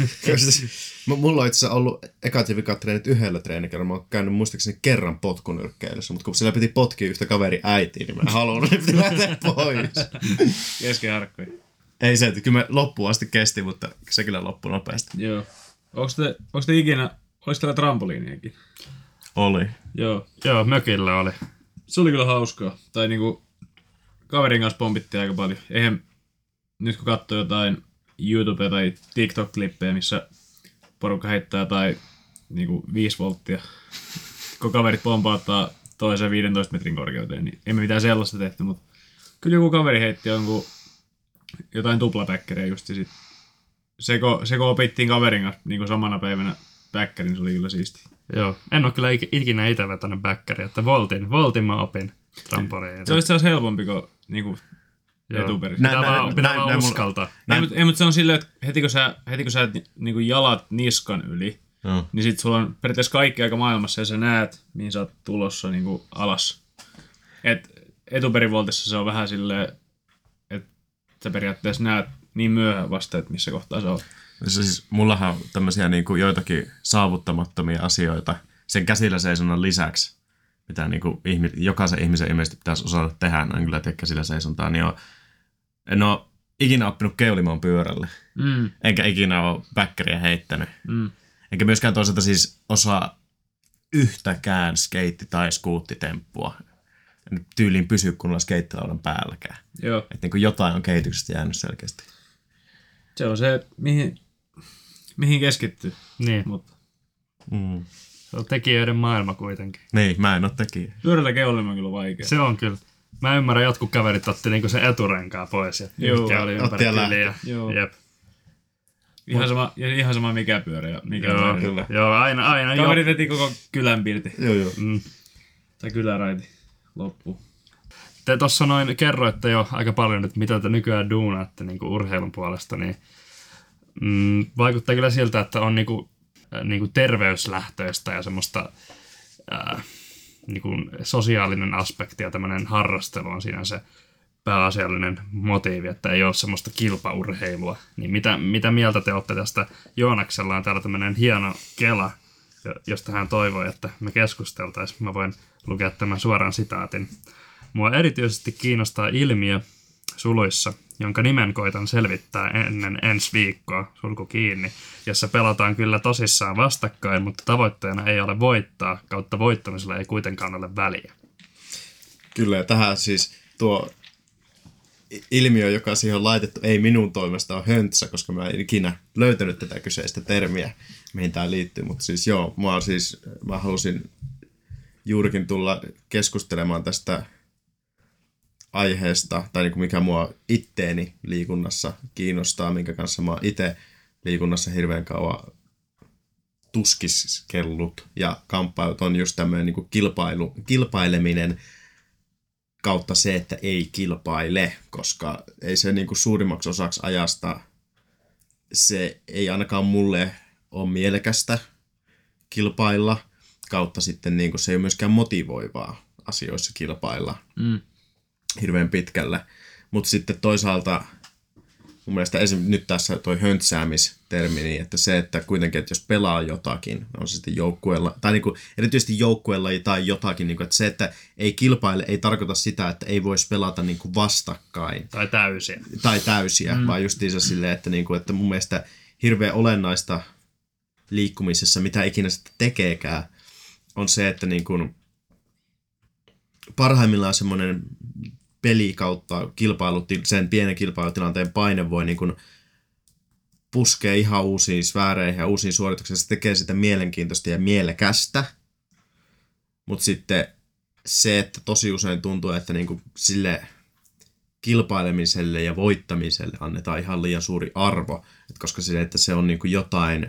Speaker 3: Keskiharkkoja.
Speaker 2: Ei se, että kyllä me loppuun asti kesti, mutta se kyllä loppui nopeasti.
Speaker 3: Joo. Onko te, onko te ikinä, olis teillä trampoliiniakin?
Speaker 2: Oli.
Speaker 3: Joo.
Speaker 1: Joo, mökillä oli.
Speaker 3: Se oli kyllä hauskaa. Tai niinku, kaverin kanssa pompittiin aika paljon. Eihän, nyt kun katsoo jotain YouTube- tai TikTok-klippejä, missä porukka heittää jotain niinku viisi volttia, kun kaverit pompauttaa toisen viidentoista metrin korkeuteen, niin emme mitään sellaista tehty, mutta kyllä joku kaveri heitti jonkun jotain tuplapäkkäriä just ja sit se kun, se kun opittiin kaverin kanssa niin samana päivänä päkkärin, niin se oli kyllä siisti.
Speaker 1: Joo, en ole kyllä ik- ikinä itse vetänyt backeria, että voltin, voltin mä opin trampoliin.
Speaker 3: Se olisi taas helpompi kuin niinku
Speaker 1: Joo.
Speaker 3: etuperissä.
Speaker 2: Näin-
Speaker 1: Pitää
Speaker 2: näin-
Speaker 1: vaan, pitää
Speaker 2: näin-
Speaker 1: vaan
Speaker 2: näin mulla-
Speaker 1: uskaltaa.
Speaker 3: Ei,
Speaker 2: Näin-
Speaker 3: mutta mut se on silleen, että heti kun sä, heti kun sä et, niin kuin jalat niskan yli,
Speaker 2: Joo.
Speaker 3: niin sit sulla on periaatteessa kaikki aika maailmassa ja sä näet, mihin sä oot tulossa niin kuin alas. Et etuperivoltissa se on vähän silleen, että sä periaatteessa näet niin myöhään vasta, että missä kohtaa sä oot.
Speaker 2: Siis mullahan on tämmöisiä niin kuin joitakin saavuttamattomia asioita sen käsillä seisonnan lisäksi, mitä niin kuin ihmi- jokaisen ihmisen ilmeisesti pitäisi osata tehdä, en kyllä tiedä käsillä seisontaa, niin on, en ole ikinä oppinut keulimaan pyörälle,
Speaker 3: Mm,
Speaker 2: enkä ikinä ole backeria heittänyt.
Speaker 3: mm.
Speaker 2: Enkä myöskään toisaalta siis osaa yhtäkään skeitti- tai skuuttitemppua. En tyyliin pysy kunnolla skeittilaudan päälläkään.
Speaker 3: Joo,
Speaker 2: Että niin kuin jotain on kehityksestä jäänyt selkeästi.
Speaker 3: se on se, mihin, mihin keskittyy.
Speaker 1: Niin,
Speaker 3: Mutta
Speaker 2: Mm.
Speaker 1: se on tekijöiden maailma kuitenkin.
Speaker 2: Niin, mä en ole tekijä.
Speaker 3: pyörällä keulima on kyllä vaikea.
Speaker 1: Se on kyllä. Mä ymmärrän, jotkut kaverit otti niinku sen eturenkaa pois ja
Speaker 3: Joo,
Speaker 1: yhkä oli
Speaker 2: otti
Speaker 1: ympäri
Speaker 2: ja lähti.
Speaker 1: kyliä.
Speaker 3: Joo.
Speaker 1: Jep.
Speaker 3: Ihan sama, ja ihan sama mikä pyörä ja mikä
Speaker 1: Joo,
Speaker 3: pyörä.
Speaker 2: kyllä.
Speaker 1: Joo, aina, aina.
Speaker 3: Kaverit veti koko kylän pilti.
Speaker 2: Joo, joo.
Speaker 1: Mm.
Speaker 3: tai kyläraiti loppuu.
Speaker 1: Te tuossa noin kerroitte jo aika paljon, että mitä te nykyään duunaatte niin kuin urheilun puolesta, niin mm, vaikuttaa kyllä siltä, että on niin kuin, äh, niin kuin terveyslähtöistä ja semmoista äh, niin kuin sosiaalinen aspekti ja tämmöinen harrastelu on siinä se pääasiallinen motiivi, että ei ole semmoista kilpaurheilua. Niin mitä, mitä mieltä te olette tästä? Joonaksella on täällä tämmöinen hieno kela, josta hän toivoi, että me keskusteltaisiin. Mä voin lukea tämän suoran sitaatin. Mua erityisesti kiinnostaa ilmiö suluissa, jonka nimen koitan selvittää ennen ensi viikkoa, sulku kiinni, jossa pelataan kyllä tosissaan vastakkain, mutta tavoitteena ei ole voittaa, kautta voittamisella ei kuitenkaan ole väliä.
Speaker 2: Kyllä, ja tähän siis tuo ilmiö, joka siihen on laitettu, ei minun toimesta ole höntsä, koska mä en ikinä löytänyt tätä kyseistä termiä, mihin tämä liittyy. Mutta siis joo, mä, siis, mä halusin juurikin tulla keskustelemaan tästä aiheesta, tai niin kuin mikä mua itteeni liikunnassa kiinnostaa, minkä kanssa mä oon itse liikunnassa hirveän kauan tuskiskellut ja kamppailut on just tämmöinen niin kuin kilpailu, kilpaileminen kautta se, että ei kilpaile, koska ei se niin kuin suurimmaksi osaksi ajasta, se ei ainakaan mulle ole mielekästä kilpailla, kautta sitten niin kuin se ei ole myöskään motivoivaa asioissa kilpailla
Speaker 3: Mm.
Speaker 2: hirveän pitkälle. Mutta sitten toisaalta mun mielestä esim. Nyt tässä toi höntsäämistermi, niin että se, että kuitenkin, että jos pelaa jotakin, on se sitten joukkueella, tai niin kuin, erityisesti joukkueella tai jotakin, niin kuin, että se, että ei kilpaile, ei tarkoita sitä, että ei voisi pelata niin kuin vastakkain.
Speaker 1: Tai täysiä.
Speaker 2: Tai täysiä, mm. vaan justiinsa silleen, että, niin kuin, että mun mielestä hirveän olennaista liikkumisessa, mitä ikinä sitten tekeekään, on se, että niin kuin, parhaimmillaan semmoinen peli kautta kilpailu, sen pienen kilpailutilanteen paine voi niin kuin puskea ihan uusiin sfääreihin ja uusiin suorituksiin. Se tekee sitä mielenkiintoista ja mielekästä. Mutta sitten se, että tosi usein tuntuu, että niin kuin sille kilpailemiselle ja voittamiselle annetaan ihan liian suuri arvo. Et koska se, että se on niin kuin jotain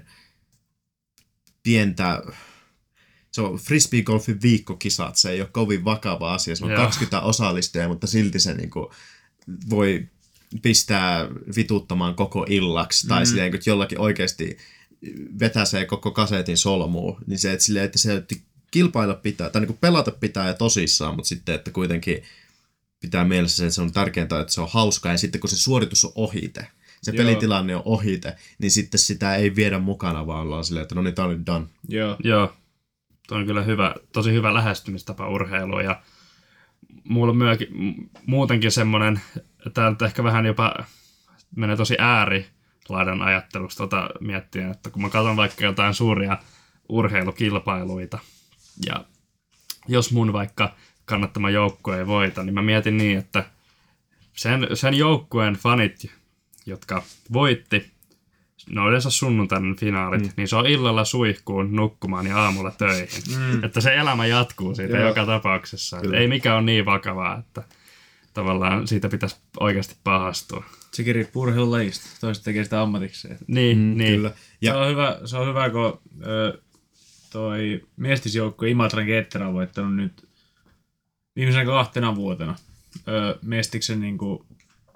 Speaker 2: pientä... Se on frisbeegolfin viikkokisat, se ei ole kovin vakava asia. Se on Joo. kaksikymmentä osallistujaa, mutta silti se niinku voi pistää vituttamaan koko illaksi. Mm. Tai silleen, että jollakin oikeasti vetäsee koko kasetin solmuun. Niin se, että, silleen, että se että kilpailla pitää, tai niinku pelata pitää ja tosissaan, mutta sitten, että kuitenkin pitää mielessä se, että se on tärkeintä, että se on hauskaa. Ja sitten kun se suoritus on ohite, se Joo. pelitilanne on ohite, niin sitten sitä ei viedä mukana, vaan ollaan silleen, että no niin, tää on nyt done.
Speaker 1: Joo. Joo. Tuo on kyllä hyvä, tosi hyvä lähestymistapa urheiluun ja mulla myökin, muutenkin semmoinen, tämä nyt ehkä vähän jopa menee tosi äärilaidan ajattelusta tota miettien, että kun mä katson vaikka jotain suuria urheilukilpailuita ja jos mun vaikka kannattama joukkue ei voita, niin mä mietin niin, että sen, sen joukkueen fanit, jotka voitti, no yleensä sunnuntainen finaalit, mm. niin se on illalla suihkuun, nukkumaan ja aamulla töihin. Mm. Että se elämä jatkuu siitä Joo. joka tapauksessa. Ei mikään ole niin vakavaa, että tavallaan siitä pitäisi oikeasti pahastua.
Speaker 3: Sekin riippuu urheilulajista. Toiset tekee sitä ammatikseen.
Speaker 1: Niin, mm, niin. Kyllä.
Speaker 3: Ja. Se, on hyvä, se on hyvä, kun ö, toi miestisjoukko Imatran Ketterä on voittanut nyt viimeisen kahtena vuotena ö, mestiksen niin kuin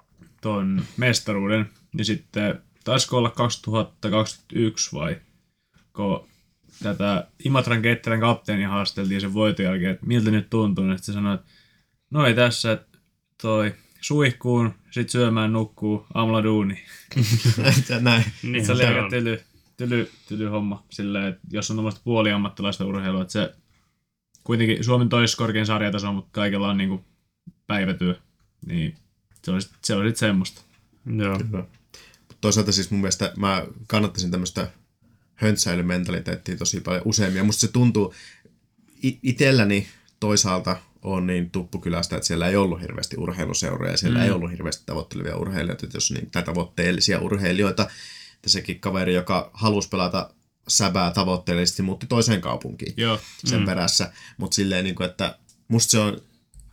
Speaker 3: ton mestaruuden. Ja sitten taisiko olla kaksituhattakaksikymmentäyksi vai, kun tätä Imatran Ketterän kapteenia haasteltiin sen voiton jälkeen, että miltä nyt tuntuu, että se sanoi, että no ei tässä, että toi suihkuun, sit syömään, nukkuu, aamulla duuni.
Speaker 2: Näin.
Speaker 3: Niin, se oli aika tyly, tyly, tyly homma, silleen, että jos on tommoista puoliammattilaista urheilua, että se kuitenkin Suomen toiskorkein sarjataso, mutta kaikilla on niinku päivätyö, niin se on sit, se on sit semmoista.
Speaker 1: Joo.
Speaker 2: Kyllä. Toisaalta siis mun mielestä mä kannattaisin tämmöistä höntsäilymentaliteettia tosi paljon useammin. Ja musta se tuntuu itselläni toisaalta on niin Tuppukylästä, että siellä ei ollut hirveästi urheiluseuroja ja siellä mm. ei ollut hirveästi tavoittelevia urheilijoita, jos niin, tai tavoitteellisia urheilijoita. Ja sekin kaveri, joka halusi pelata säbää tavoitteellisesti, muutti toiseen kaupunkiin
Speaker 3: Joo.
Speaker 2: sen
Speaker 3: mm.
Speaker 2: perässä. Mutta silleen, niin kuin, että musta se on,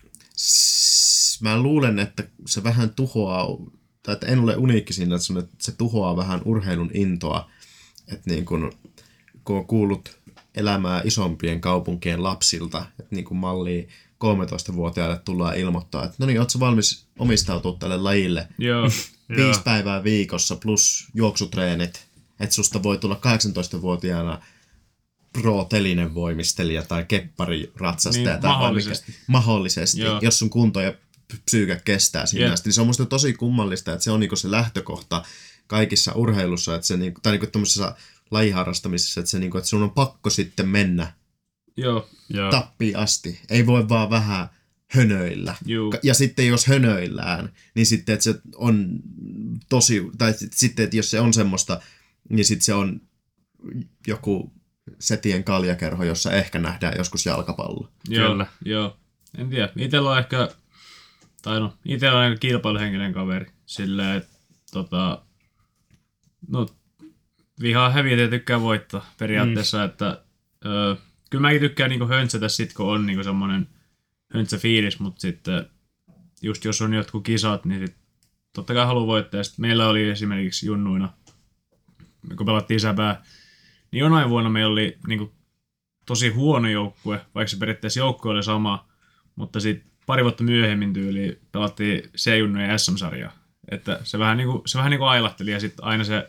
Speaker 2: mä luulen, että se vähän tuhoaa, tai että en ole uniikki siinä, että se tuhoaa vähän urheilun intoa. Että niin kun, kun on kuullut elämää isompien kaupunkien lapsilta. Että niin kuin malliin kolmetoistavuotiaille tullaan ilmoittaa, että no niin, ootko valmis omistautua tälle lajille?
Speaker 3: Joo.
Speaker 2: Viisi päivää viikossa plus juoksutreenit. Että susta voi tulla kahdeksantoistavuotiaana pro-telinen voimistelija tai keppariratsastaja.
Speaker 3: Niin,
Speaker 2: tai
Speaker 3: mahdollisesti.
Speaker 2: Mikä, mahdollisesti,
Speaker 3: Joo.
Speaker 2: jos sun kunto ja psyykä kestää siinä
Speaker 3: Jep.
Speaker 2: asti. Niin se on musta tosi kummallista, että se on niinku se lähtökohta kaikissa urheilussa, että se niinku, tai niinku tämmöisessä lajiharrastamisessa, että, se niinku, että sun on pakko sitten mennä
Speaker 3: Joo.
Speaker 1: Joo.
Speaker 2: tappiin asti. Ei voi vaan vähän hönöillä.
Speaker 3: Juu.
Speaker 2: Ja sitten jos hönöillään, niin sitten että se on tosi, tai sitten että jos se on semmoista, niin sitten se on joku setien kaljakerho, jossa ehkä nähdään joskus jalkapallo.
Speaker 3: Joo,
Speaker 1: Kyllä.
Speaker 3: joo. En tiedä. Itellä on ehkä, tai no, itellä on aika kilpailuhenkinen kaveri. Silleen, että tota, no, vihaa häviä ja tykkää voittaa periaatteessa, mm. että ö, kyllä mäkin tykkään niinku höntsätä sit, kun on niinku semmonen höntsä fiilis, mutta sitten just jos on jotkut kisat, niin sit totta kai haluaa voittaa. Ja sit meillä oli esimerkiksi junnuina, kun pelattiin säpää, niin jonain vuonna meillä oli niinku tosi huono joukkue, vaikka se periaatteessa joukkue oli sama, mutta sitten pari vuotta myöhemmin tyyliin pelattiin C-junnujen S M-sarjaa. Että se vähän niinku, se vähän niinku ailahteli ja sitten aina se,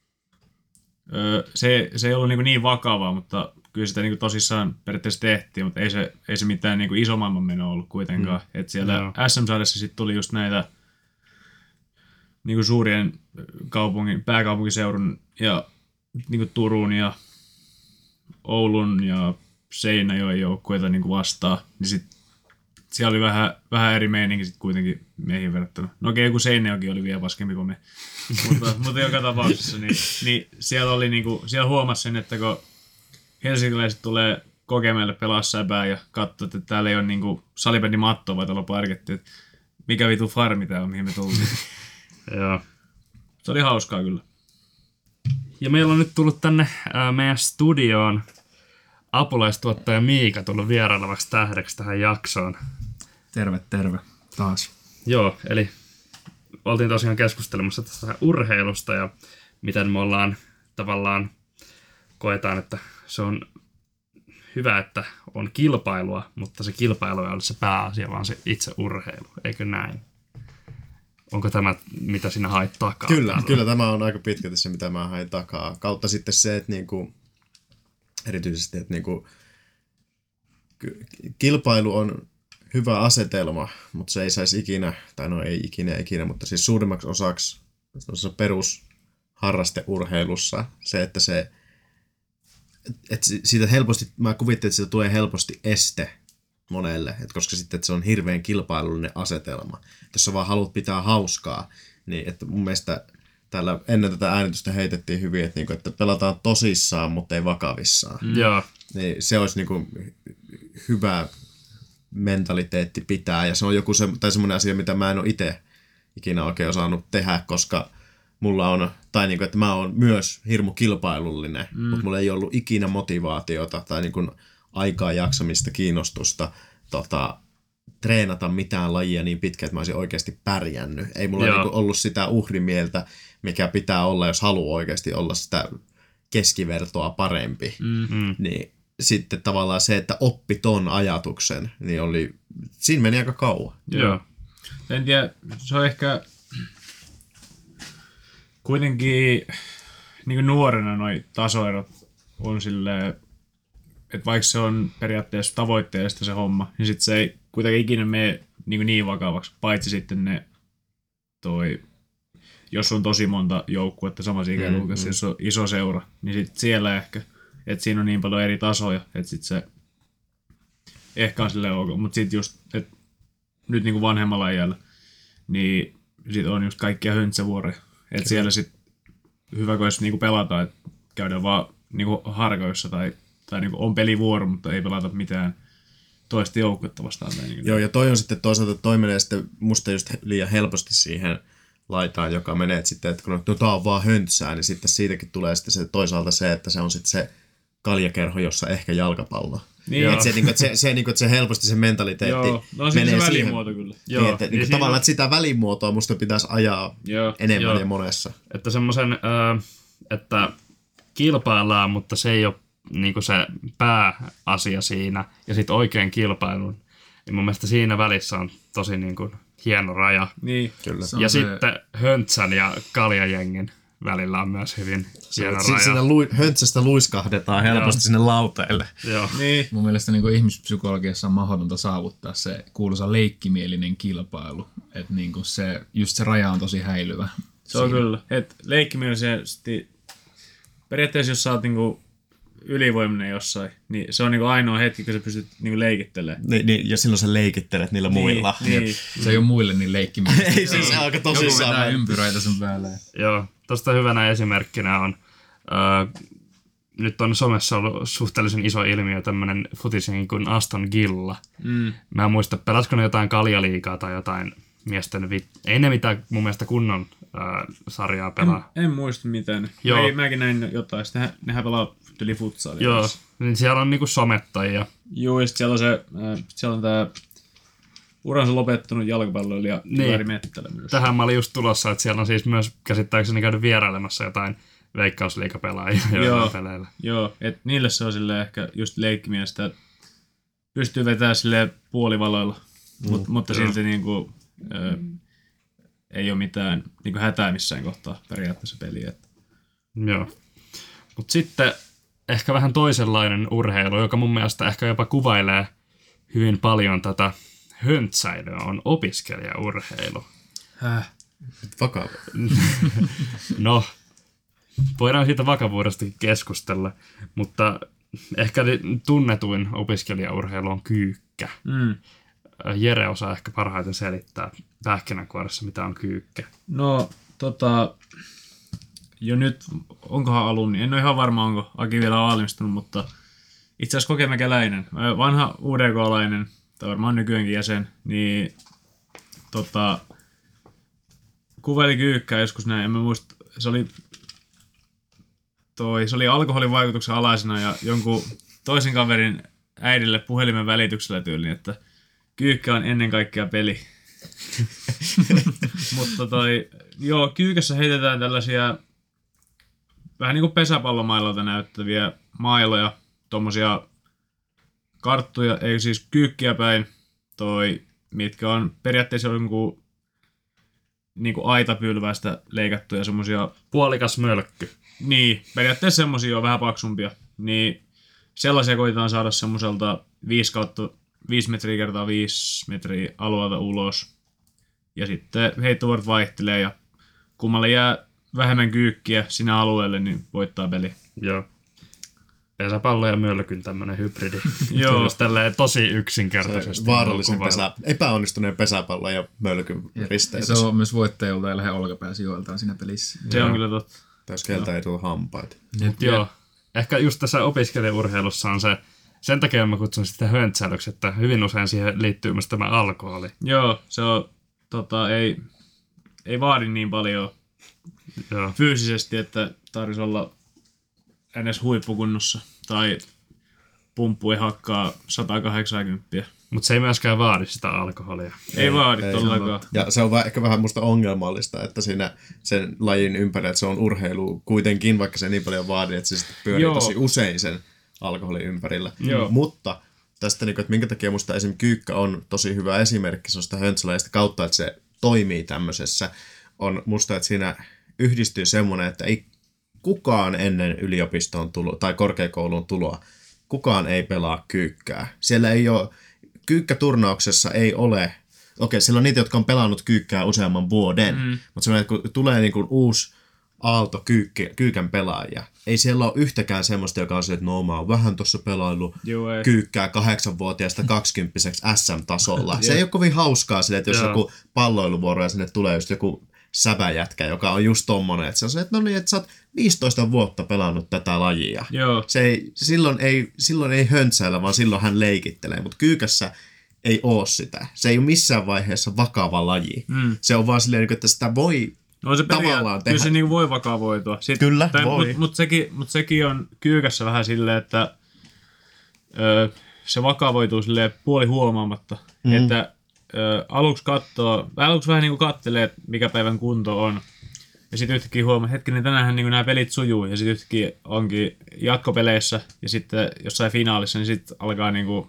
Speaker 3: öö, se, se ei ollut niinku niin vakavaa, mutta kyllä sitä niinku tosissaan periaatteessa tehtiin, mutta ei se, ei se mitään niinku iso maailmanmenoa ollut kuitenkaan. Mm. Että siellä
Speaker 1: Joo.
Speaker 3: S M-sarjassa sitten tuli just näitä niinku suurien kaupungin, pääkaupunkiseudun ja niinku Turun ja Oulun ja Seinäjoen joukkueita niinku vastaan, niin sit siellä oli vähän, vähän eri meininki sit kuitenkin meihin verrattuna. No okei, kun Seinäjoki oli vielä paskempi kuin me, mutta, mutta joka tapauksessa, niin, niin siellä, oli niinku, siellä huomasi sen, että kun helsinkiläiset tulee Kokemäelle pelaa säpää ja katsoo, että täällä ei ole niinku salibändin mattoa, vaan täällä on parketti, että mikä vitu farmi tää on, mihin me tultiin.
Speaker 1: Joo.
Speaker 3: Se oli hauskaa kyllä.
Speaker 1: Ja meillä on nyt tullut tänne ää, meidän studioon apulaistuottaja Miika tullut vierailevaksi tähdeksi tähän jaksoon.
Speaker 4: Terve, terve taas.
Speaker 1: Joo, eli oltiin tosiaan keskustelemassa tästä urheilusta ja miten me ollaan tavallaan koetaan, että se on hyvä, että on kilpailua, mutta se kilpailu ei ole se pääasia, vaan se itse urheilu, eikö näin? Onko tämä, mitä sinä hait takaa?
Speaker 2: Kyllä,
Speaker 1: täällä?
Speaker 2: kyllä tämä on aika pitkälti se, mitä mä hain takaa. Kautta sitten se, että niinku, erityisesti, että niinku, kilpailu on hyvä asetelma, mutta se ei saisi ikinä, tai no ei ikinä ikinä, mutta siis suurimmaksi osaksi perusharrasteurheilussa se, että se, että siitä helposti, mä kuvittelin, että siitä tulee helposti este monelle, että koska sitten että se on hirveän kilpailullinen asetelma. Että jos sä vaan haluat pitää hauskaa, niin että mun mielestä täällä ennen tätä äänitystä heitettiin hyvin, että, niinku, että pelataan tosissaan, mutta ei vakavissaan.
Speaker 1: Mm. Joo.
Speaker 2: Niin se olisi niinku hyvä mentaliteetti pitää, ja se on joku se, tai semmoinen asia, mitä mä en ole itse ikinä oikein osannut tehdä, koska mulla on, tai niinku, että mä oon myös hirmu kilpailullinen, mm. mutta mulla ei ollut ikinä motivaatiota tai niinku aikaa, jaksamista, kiinnostusta tota, treenata mitään lajia niin pitkään, että mä olisin oikeasti pärjännyt. Ei mulla niinku ollut sitä uhrimieltä, mikä pitää olla, jos haluaa oikeasti olla sitä keskivertoa parempi.
Speaker 3: Mm-hmm.
Speaker 2: Niin sitten tavallaan se, että oppi ton ajatuksen, niin oli, siinä meni aika kauan.
Speaker 1: Joo.
Speaker 3: En tiedä, se on ehkä kuitenkin niin kuin nuorena noi tasoerot on silleen, että vaikka se on periaatteessa tavoitteesta se homma, niin sit se ei kuitenkin ikinä mene niin, niin vakavaksi, paitsi sitten ne toi, jos on tosi monta joukkuetta samassa ikäluokassa, mm, jos on iso seura, niin sit siellä ehkä, että siinä on niin paljon eri tasoja, että sit se ehkä on silleen ok, mutta sit just, että nyt niinku vanhemmalla iällä, niin sit on just kaikkia höntsävuoroja, että siellä sit hyvä, kun jos niinku pelataan, että käydään vaan niinku harkoissa tai tai niin on pelivuoro, mutta ei pelata mitään toista joukkuetta vastaan. Niin
Speaker 2: Joo, ja toi on sitten toisaalta, toi menee sitten musta just liian helposti siihen laitaan, joka menee, että sitten, että kun no, tää on vaan höntsää, niin sitten siitäkin tulee sitten se, toisaalta se, että se on sitten se kaljakerho, jossa ehkä jalkapallo.
Speaker 3: Niin,
Speaker 2: että se, niin kuin, että se, se, niin kuin, että se helposti se mentaliteetti
Speaker 3: joo, no siinä
Speaker 2: menee
Speaker 3: se
Speaker 2: siihen.
Speaker 3: välimuoto kyllä.
Speaker 2: Joo, niin, että, niin kuin, tavallaan, että sitä välimuotoa musta pitäisi ajaa
Speaker 3: joo,
Speaker 2: enemmän
Speaker 1: joo.
Speaker 2: ja monessa.
Speaker 1: Että semmoisen, äh, että kilpaillaan, mutta se ei ole niinku se pääasia siinä ja sitten oikein kilpailun. Ja mun mielestä siinä välissä on tosi niinku hieno raja.
Speaker 3: Niin.
Speaker 2: Kyllä.
Speaker 1: Ja
Speaker 4: se...
Speaker 1: sitten höntsän ja kaljajengin välillä on myös hyvin hieno
Speaker 2: Si-
Speaker 1: raja.
Speaker 2: siinä lu- höntsästä luiskahdetaan helposti
Speaker 1: Joo.
Speaker 2: sinne lauteille.
Speaker 1: Joo.
Speaker 3: Niin.
Speaker 4: Mun mielestä niin kuin ihmispsykologiassa on mahdotonta saavuttaa se kuuluisa leikkimielinen kilpailu. Että niin kuin se, just se raja on tosi häilyvä.
Speaker 3: Se on kyllä. Et leikkimielisesti, periaatteessa jos sä oot niinku ylivoimainen jossain, niin se on niinku ainoa hetki, kun sä pystyt niinku leikittelemään.
Speaker 2: Niin, niin, ja silloin sä leikittelet niillä muilla.
Speaker 3: Niin, niin.
Speaker 4: Se ei ole muille niin leikkimielistä.
Speaker 2: Ei siis se alkoi
Speaker 4: Joku vetää
Speaker 2: tosissaan.
Speaker 4: ympyröitä sun päälle.
Speaker 1: Joo, tuosta hyvänä esimerkkinä on, öö, nyt on somessa ollut suhteellisen iso ilmiö tämmönen futisin kuin Aston Villa.
Speaker 3: Mm.
Speaker 1: Mä en muista, pelasko ne jotain kaljaliigaa tai jotain miesten, vi- ei ne mitään mun mielestä kunnon öö, sarjaa pelaa.
Speaker 3: En, en muista mitään.
Speaker 1: Joo.
Speaker 3: Ei, mäkin näin jotain. Sitten nehän pelaa yli futsaalia.
Speaker 1: Joo, niin siellä on niinku somettajia.
Speaker 3: Joo, ja sitten siellä on, se, äh, siellä on tää uransa lopettanut jalkapalloilija
Speaker 1: Niin.
Speaker 3: Jari Mettälä myös.
Speaker 1: Tähän mä olin just tulossa, että siellä on siis myös käsittääkseni käynyt vierailemassa jotain veikkausliigapelaajia
Speaker 3: Joo.
Speaker 1: joilla peleillä.
Speaker 3: Joo, että niille se on silleen ehkä just leikkimiestä, että pystyy vetämään silleen puolivaloilla, mm. Mut, mutta
Speaker 1: Joo.
Speaker 3: silti niinku, ö, ei ole mitään niinku hätää missään kohtaa periaatteessa peliä. Että.
Speaker 1: Joo. Mutta sitten ehkä vähän toisenlainen urheilu, joka mun mielestä ehkä jopa kuvailee hyvin paljon tätä höntsäilyä, on opiskelijaurheilu.
Speaker 3: Häh?
Speaker 2: Vakava.
Speaker 1: No, voidaan siitä vakavuudestakin keskustella, mutta ehkä tunnetuin opiskelijaurheilu on kyykkä.
Speaker 3: Mm.
Speaker 1: Jere osaa ehkä parhaiten selittää pähkinänkuoressa, mitä on kyykkä.
Speaker 3: No, tota, jo nyt, onkohan alumni, en ole ihan varma, onko Aki vielä valmistunut, mutta itse asiassa kokemäkeläinen, vanha U D K-lainen, tai varmaan nykyäänkin jäsen, niin tota, kuvaili kyykkää joskus näin, en mä muista, se oli, toi, se oli alkoholin vaikutuksen alaisena ja jonkun toisen kaverin äidille puhelimen välityksellä tyyliin, että kyykkä on ennen kaikkea peli. Mutta toi, joo, kyykässä heitetään tällaisia vähän niin kuin pesäpallomailolta näyttäviä mailoja, tommosia karttuja, ei siis kyykkiä päin, toi, mitkä on periaatteessa jonkun niin kuin aitapylvästä leikattuja semmosia,
Speaker 1: Puolikas mölkky.
Speaker 3: niin, periaatteessa semmosia on vähän paksumpia, niin sellaisia koitetaan saada semmoiselta viisi metriä kertaa viisi metriä alueelta ulos. Ja sitten heittovuorot vaihtelee ja kummalle jää vähemmän kyykkiä sinä alueelle, niin voittaa peli.
Speaker 1: Joo. Pesäpallo ja mölkyn tämmönen hybridi.
Speaker 3: Joo.
Speaker 1: Jos tälleen tosi yksinkertaisesti.
Speaker 2: Vaarallisen
Speaker 1: kuvailla.
Speaker 2: pesä, epäonnistuneen pesäpallon ja mölkyn
Speaker 4: Ja
Speaker 2: risteytys.
Speaker 4: se on myös voittajilta ja lähde olkapääsijoiltaan siinä pelissä.
Speaker 3: Se on kyllä totta.
Speaker 2: Jos keltä ei tule hampaita.
Speaker 1: Mut joo. Ehkä just tässä opiskelijaurheilussa on se, sen takia mä kutsun sitä höntsäilyksi, että hyvin usein siihen liittyy myös tämä alkoholi.
Speaker 3: Joo, se on, tota, ei, ei vaadi niin paljon
Speaker 1: Joo.
Speaker 3: fyysisesti, että tarvitsisi olla ns. Huippukunnossa. Tai pumppu ei hakkaa sata kahdeksankymmentä.
Speaker 1: Mutta se ei myöskään vaadi sitä alkoholia.
Speaker 3: Ei, ei vaadi
Speaker 2: ei.
Speaker 3: todellakaan.
Speaker 2: Ja se on va- ehkä vähän musta ongelmallista, että siinä sen lajin ympärillä, että se on urheilu kuitenkin, vaikka se niin paljon vaadi, että se sitten pyörii
Speaker 3: Joo.
Speaker 2: tosi usein sen alkoholin ympärillä.
Speaker 3: Joo.
Speaker 2: Mutta tästä, että minkä takia musta esimerkiksi kyykkä on tosi hyvä esimerkki sellaista höntsäläistä kautta, että se toimii tämmöisessä, on musta, että siinä yhdistyy semmoinen, että ei kukaan ennen yliopistoon tulo, tai korkeakouluun tuloa, kukaan ei pelaa kyykkää. Siellä ei ole, kyykkäturnauksessa ei ole, okei, siellä on niitä, jotka on pelannut kyykkää useamman vuoden, mm. mutta semmoinen, että kun tulee niin kuin uusi aalto kyykkä, kyykän pelaajia, ei siellä ole yhtäkään semmoista, joka on se, että no mä oon vähän tuossa pelaillut
Speaker 3: Joo, ei.
Speaker 2: kyykkää kahdeksanvuotiaasta kaksikymppiseksi S M-tasolla. Se ei ole kovin hauskaa sille, että jos
Speaker 1: Joo.
Speaker 2: joku palloiluvuoro ja sinne tulee just joku säbäjätkä, joka on just tommonen, että se on se, että no niin, että sä oot viisitoista vuotta pelannut tätä lajia.
Speaker 3: Joo.
Speaker 2: Se ei, silloin, ei, silloin ei höntsäillä, vaan silloin hän leikittelee, mutta kyykässä ei oo sitä. Se ei ole missään vaiheessa vakava laji.
Speaker 3: Mm.
Speaker 2: Se on vaan silleen, että sitä voi
Speaker 3: No se
Speaker 2: tavallaan
Speaker 3: tavallaan
Speaker 2: tehdä.
Speaker 3: kyllä se niinku voi vakavoitua. Sit,
Speaker 2: Kyllä, voi.
Speaker 3: Mutta mut sekin, mut sekin on kyykässä vähän silleen, että ö, se vakavoituu silleen puoli huomaamatta. Mm. Että ö, aluksi katsoo, aluksi vähän niinku kattelee, että mikä päivän kunto on. Ja sitten yhtäkkiä huomaa, että hetkinen, tänäänhän niin nämä pelit sujuu. Ja sitten yhtäkkiä onkin jatkopeleissä ja sitten jossain finaalissa, niin sitten alkaa niin kuin